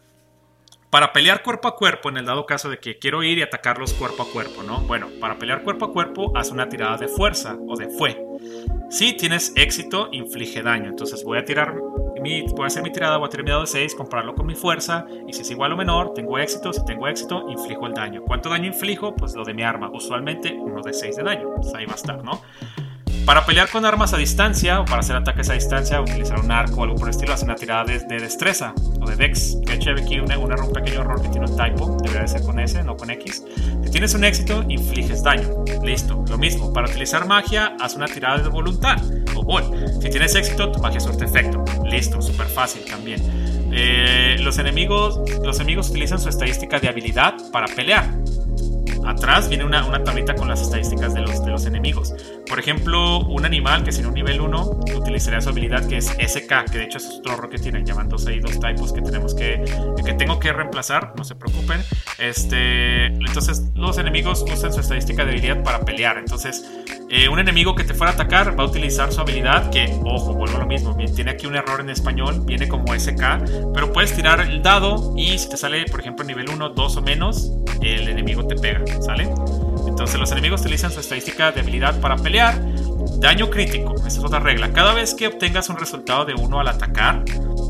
Para pelear cuerpo a cuerpo, en el dado caso de que quiero ir y atacarlos cuerpo a cuerpo, ¿no? Bueno, para pelear cuerpo a cuerpo, haz una tirada de fuerza o de fue. Si tienes éxito, inflige daño. Entonces voy a tirar mi, voy a hacer mi tirada, voy a tirar mi dado de seis, compararlo con mi fuerza, y si es igual o menor, tengo éxito. Si tengo éxito, inflijo el daño. ¿Cuánto daño inflijo? Pues lo de mi arma. Usualmente uno de seis de daño. Pues ahí va a estar, ¿no? Para pelear con armas a distancia o para hacer ataques a distancia, utilizar un arco o algo por el estilo, hacer una tirada de, de destreza o de dex. De hecho, hay aquí una, una, un pequeño error que tiene un typo, debería de ser con S, no con X. Si tienes un éxito, infliges daño. Listo, lo mismo. Para utilizar magia, haz una tirada de voluntad o vol. Si tienes éxito, tu magia surte efecto. Listo, súper fácil también. Eh, los, enemigos, los enemigos utilizan su estadística de habilidad para pelear. Atrás viene una, una tablita con las estadísticas de los, de los enemigos. Por ejemplo, un animal que sería un nivel uno utilizaría su habilidad que es S K, que de hecho es otro error que tiene, llamándose ahí dos typos que tenemos que, que tengo que reemplazar, no se preocupen. Este, entonces los enemigos usan su estadística de habilidad para pelear. Entonces eh, un enemigo que te fuera a atacar va a utilizar su habilidad que, ojo, vuelvo a lo mismo, bien, tiene aquí un error en español, viene como S K, pero puedes tirar el dado y si te sale, por ejemplo, nivel uno, dos o menos, el enemigo te pega, ¿sale? Entonces los enemigos utilizan su estadística de habilidad para pelear. Daño crítico, esa es otra regla. Cada vez que obtengas un resultado de uno al atacar,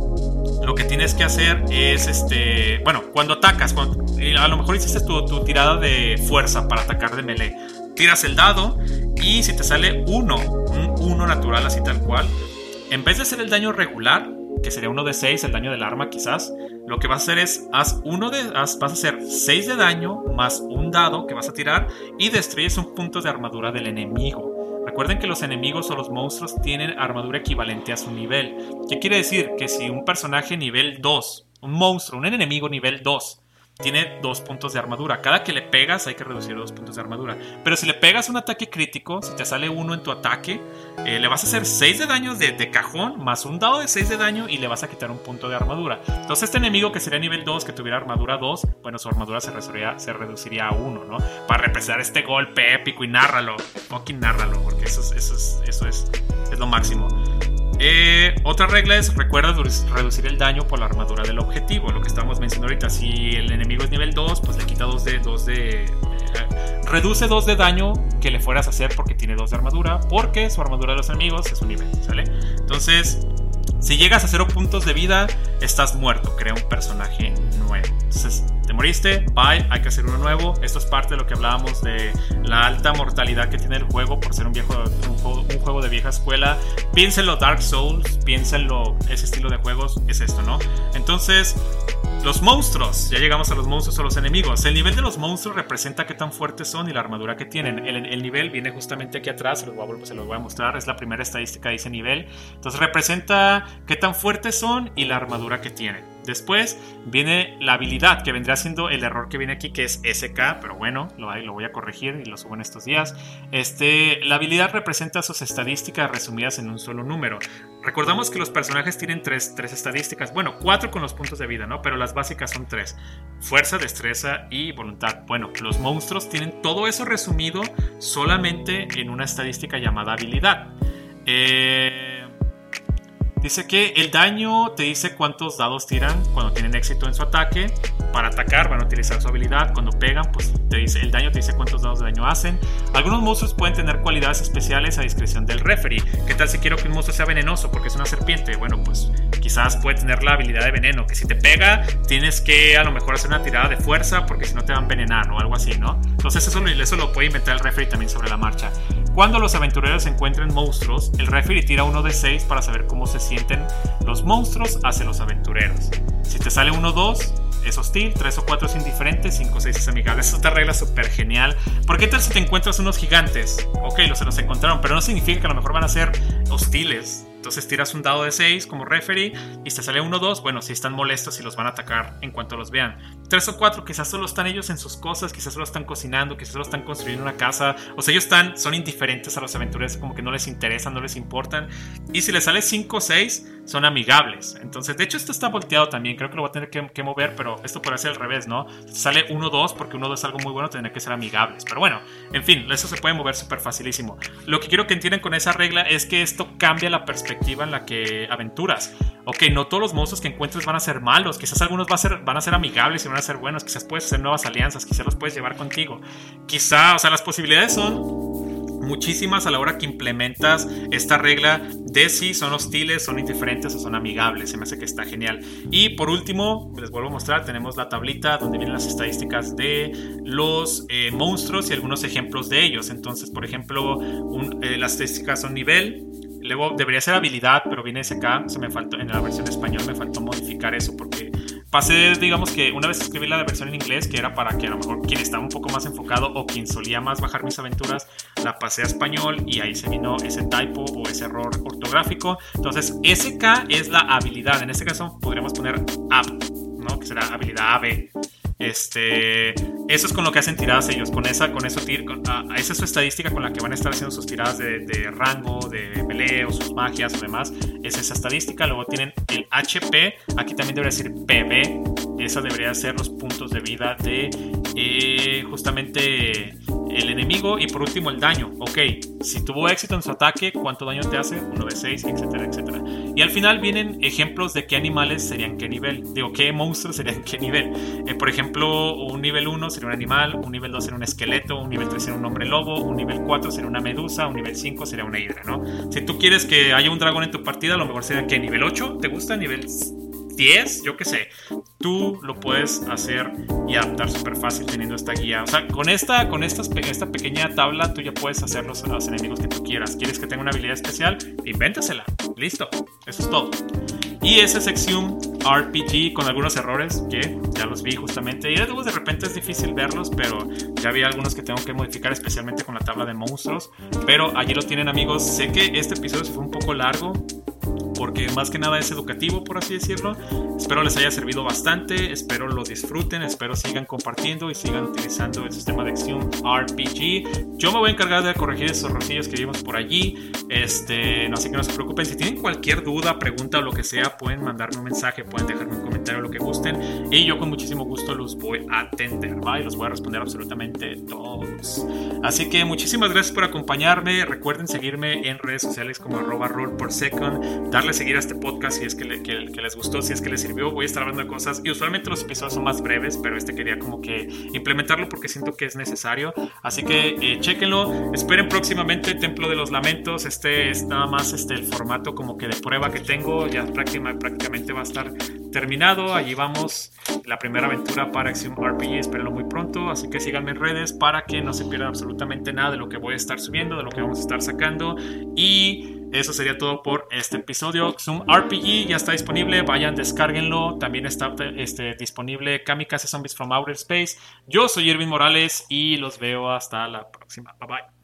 lo que tienes que hacer es, este, bueno, cuando atacas, cuando, a lo mejor hiciste tu, tu tirada de fuerza para atacar de melee, tiras el dado y si te sale uno, un uno natural así tal cual, en vez de hacer el daño regular, que sería uno de seis, el daño del arma quizás, lo que vas a hacer es, haz uno de, haz, vas a hacer seis de daño más un dado que vas a tirar y destruyes un punto de armadura del enemigo. Recuerden que los enemigos o los monstruos tienen armadura equivalente a su nivel. ¿Qué quiere decir? Que si un personaje nivel dos, un monstruo, un enemigo nivel dos, tiene dos puntos de armadura. Cada que le pegas hay que reducir dos puntos de armadura. Pero si le pegas un ataque crítico, si te sale uno en tu ataque, eh, le vas a hacer seis de daño de, de cajón, más un dado de seis de daño y le vas a quitar un punto de armadura. Entonces este enemigo que sería nivel dos, que tuviera armadura dos, bueno, su armadura se reduciría, se reduciría a uno, ¿no? Para representar este golpe épico y nárralo. Fucking nárralo, porque eso es, eso es, eso es, es lo máximo. Eh, otra regla es, recuerda reducir el daño por la armadura del objetivo. Lo que estamos mencionando ahorita, si el enemigo es nivel dos, pues le quita dos de... dos de eh, reduce dos de daño que le fueras a hacer porque tiene dos de armadura, porque su armadura de los enemigos es un nivel, ¿sale? Entonces, si llegas a cero puntos de vida, estás muerto. Crea un personaje nuevo. Entonces, te moriste, bye, hay que hacer uno nuevo. Esto es parte de lo que hablábamos de la alta mortalidad que tiene el juego por ser un, viejo, un, juego, un juego de vieja escuela. Piénsenlo Dark Souls, piénsenlo ese estilo de juegos, es esto, ¿no? Entonces, los monstruos, ya llegamos a los monstruos o los enemigos. El nivel de los monstruos representa qué tan fuertes son y la armadura que tienen. El, el nivel viene justamente aquí atrás, se los, voy a, se los voy a mostrar, es la primera estadística de ese nivel. Entonces representa qué tan fuertes son y la armadura que tienen. Después viene la habilidad, que vendría siendo el error que viene aquí, que es S K, pero bueno, lo, lo voy a corregir y lo subo en estos días. Este, la habilidad representa sus estadísticas resumidas en un solo número. Recordamos que los personajes tienen tres, tres estadísticas, bueno, cuatro con los puntos de vida, ¿no? Pero las básicas son tres: fuerza, destreza y voluntad. Bueno, los monstruos tienen todo eso resumido solamente en una estadística llamada habilidad. Eh... Dice que el daño te dice cuántos dados tiran cuando tienen éxito en su ataque. Para atacar van a utilizar su habilidad. Cuando pegan, pues te dice, el daño te dice cuántos dados de daño hacen. Algunos monstruos pueden tener cualidades especiales a discreción del referee. ¿Qué tal si quiero que un monstruo sea venenoso porque es una serpiente? Bueno, pues quizás puede tener la habilidad de veneno, que si te pega tienes que a lo mejor hacer una tirada de fuerza porque si no te va a envenenar o algo así, ¿no? Entonces eso, eso lo puede inventar el referee también sobre la marcha. Cuando los aventureros encuentren monstruos, el referee tira uno de seis para saber cómo se sienten los monstruos hacia los aventureros. Si te sale uno dos, es hostil, tres o cuatro es indiferente, cinco o seis es amigable. Es otra regla súper genial. ¿Por qué tal si te encuentras unos gigantes? Ok, los se los encontraron, pero no significa que a lo mejor van a ser hostiles. Entonces tiras un dado de seis como referee y si te sale uno dos, bueno, si están molestos y los van a atacar en cuanto los vean. tres o cuatro, quizás solo están ellos en sus cosas, quizás solo están cocinando, quizás solo están construyendo una casa. O sea, ellos están, son indiferentes a los aventureros, como que no les interesan, no les importan. Y si les sale cinco o seis, son amigables. Entonces, de hecho, esto está volteado también. Creo que lo voy a tener que, que mover, pero esto puede ser al revés, ¿no? Si sale uno dos, porque uno dos es algo muy bueno, tendría que ser amigables. Pero bueno, en fin, eso se puede mover súper facilísimo. Lo que quiero que entiendan con esa regla es que esto cambia la perspectiva en la que aventuras. Ok, no todos los monstruos que encuentres van a ser malos. Quizás algunos va a ser, van a ser amigables y van a ser buenos. Quizás puedes hacer nuevas alianzas. Quizás los puedes llevar contigo. Quizá, o sea, las posibilidades son muchísimas a la hora que implementas esta regla de si son hostiles, son indiferentes o son amigables. Se me hace que está genial. Y por último, les vuelvo a mostrar, tenemos la tablita donde vienen las estadísticas de los eh, monstruos y algunos ejemplos de ellos. Entonces, por ejemplo, un, eh, las estadísticas son nivel. Luego debería ser habilidad, pero viene ese acá. Se me faltó, en la versión español me faltó modificar eso porque pasé, digamos que una vez escribí la versión en inglés, que era para que a lo mejor quien estaba un poco más enfocado o quien solía más bajar mis aventuras, la pasé a español y ahí se vino ese typo o ese error ortográfico. Entonces S K es la habilidad. En este caso podríamos poner app, ¿no? Que será habilidad A B. Este, eso es con lo que hacen tiradas ellos. Con esa, con eso tir, con, uh, esa es su estadística con la que van a estar haciendo sus tiradas de, de rango, de melee o sus magias o demás. Es esa estadística. Luego tienen el H P. Aquí también debería decir P B. Esa debería ser los puntos de vida de eh, justamente el enemigo. Y por último el daño. Ok, si tuvo éxito en su ataque, ¿cuánto daño te hace? uno de seis, etcétera, etcétera. Y al final vienen ejemplos de qué animales serían qué nivel. Digo, qué monstruos serían qué nivel. Eh, por ejemplo, un nivel uno sería un animal, un nivel dos sería un esqueleto, un nivel tres sería un hombre lobo, un nivel cuatro sería una medusa, un nivel cinco sería una hidra, ¿no? Si tú quieres que haya un dragón en tu partida, a lo mejor sería ¿qué? ¿Nivel ocho? ¿Te gusta? ¿Nivel diez? Yo qué sé. Tú lo puedes hacer y adaptar súper fácil teniendo esta guía. O sea, con esta, con esta, esta pequeña tabla tú ya puedes hacer los, los enemigos que tú quieras. ¿Quieres que tenga una habilidad especial? Invéntasela. Listo. Eso es todo. Y ese es Exium R P G con algunos errores que ya los vi justamente. Y luego de repente es difícil verlos, pero ya vi algunos que tengo que modificar, especialmente con la tabla de monstruos. Pero allí lo tienen, amigos. Sé que este episodio se fue un poco largo, porque más que nada es educativo, por así decirlo. Espero les haya servido bastante, espero lo disfruten, espero sigan compartiendo y sigan utilizando el sistema de Exium R P G. Yo me voy a encargar de corregir esos errorcillos que vimos por allí. Este, así que no se preocupen. Si tienen cualquier duda, pregunta o lo que sea, pueden mandarme un mensaje, pueden dejarme un comentario, lo que gusten, y yo con muchísimo gusto los voy a atender, ¿va? Y los voy a responder absolutamente todos. Así que muchísimas gracias por acompañarme. Recuerden seguirme en redes sociales como arroba roll por second, darle seguir a este podcast si es que, le, que, que les gustó, si es que les sirvió. Voy a estar hablando de cosas y usualmente los episodios son más breves, pero este quería como que implementarlo porque siento que es necesario. Así que eh, chéquenlo, esperen próximamente Templo de los Lamentos. Este es nada más este, el formato como que de prueba que tengo, ya prácticamente va a estar terminado. Allí vamos, la primera aventura para Exium R P G, espérenlo muy pronto. Así que síganme en redes para que no se pierdan absolutamente nada de lo que voy a estar subiendo, de lo que vamos a estar sacando. Y eso sería todo por este episodio. Exium R P G ya está disponible, vayan, descárguenlo. También está este, disponible Kamikaze Zombies from Outer Space. Yo soy Irving Morales y los veo hasta la próxima. Bye bye.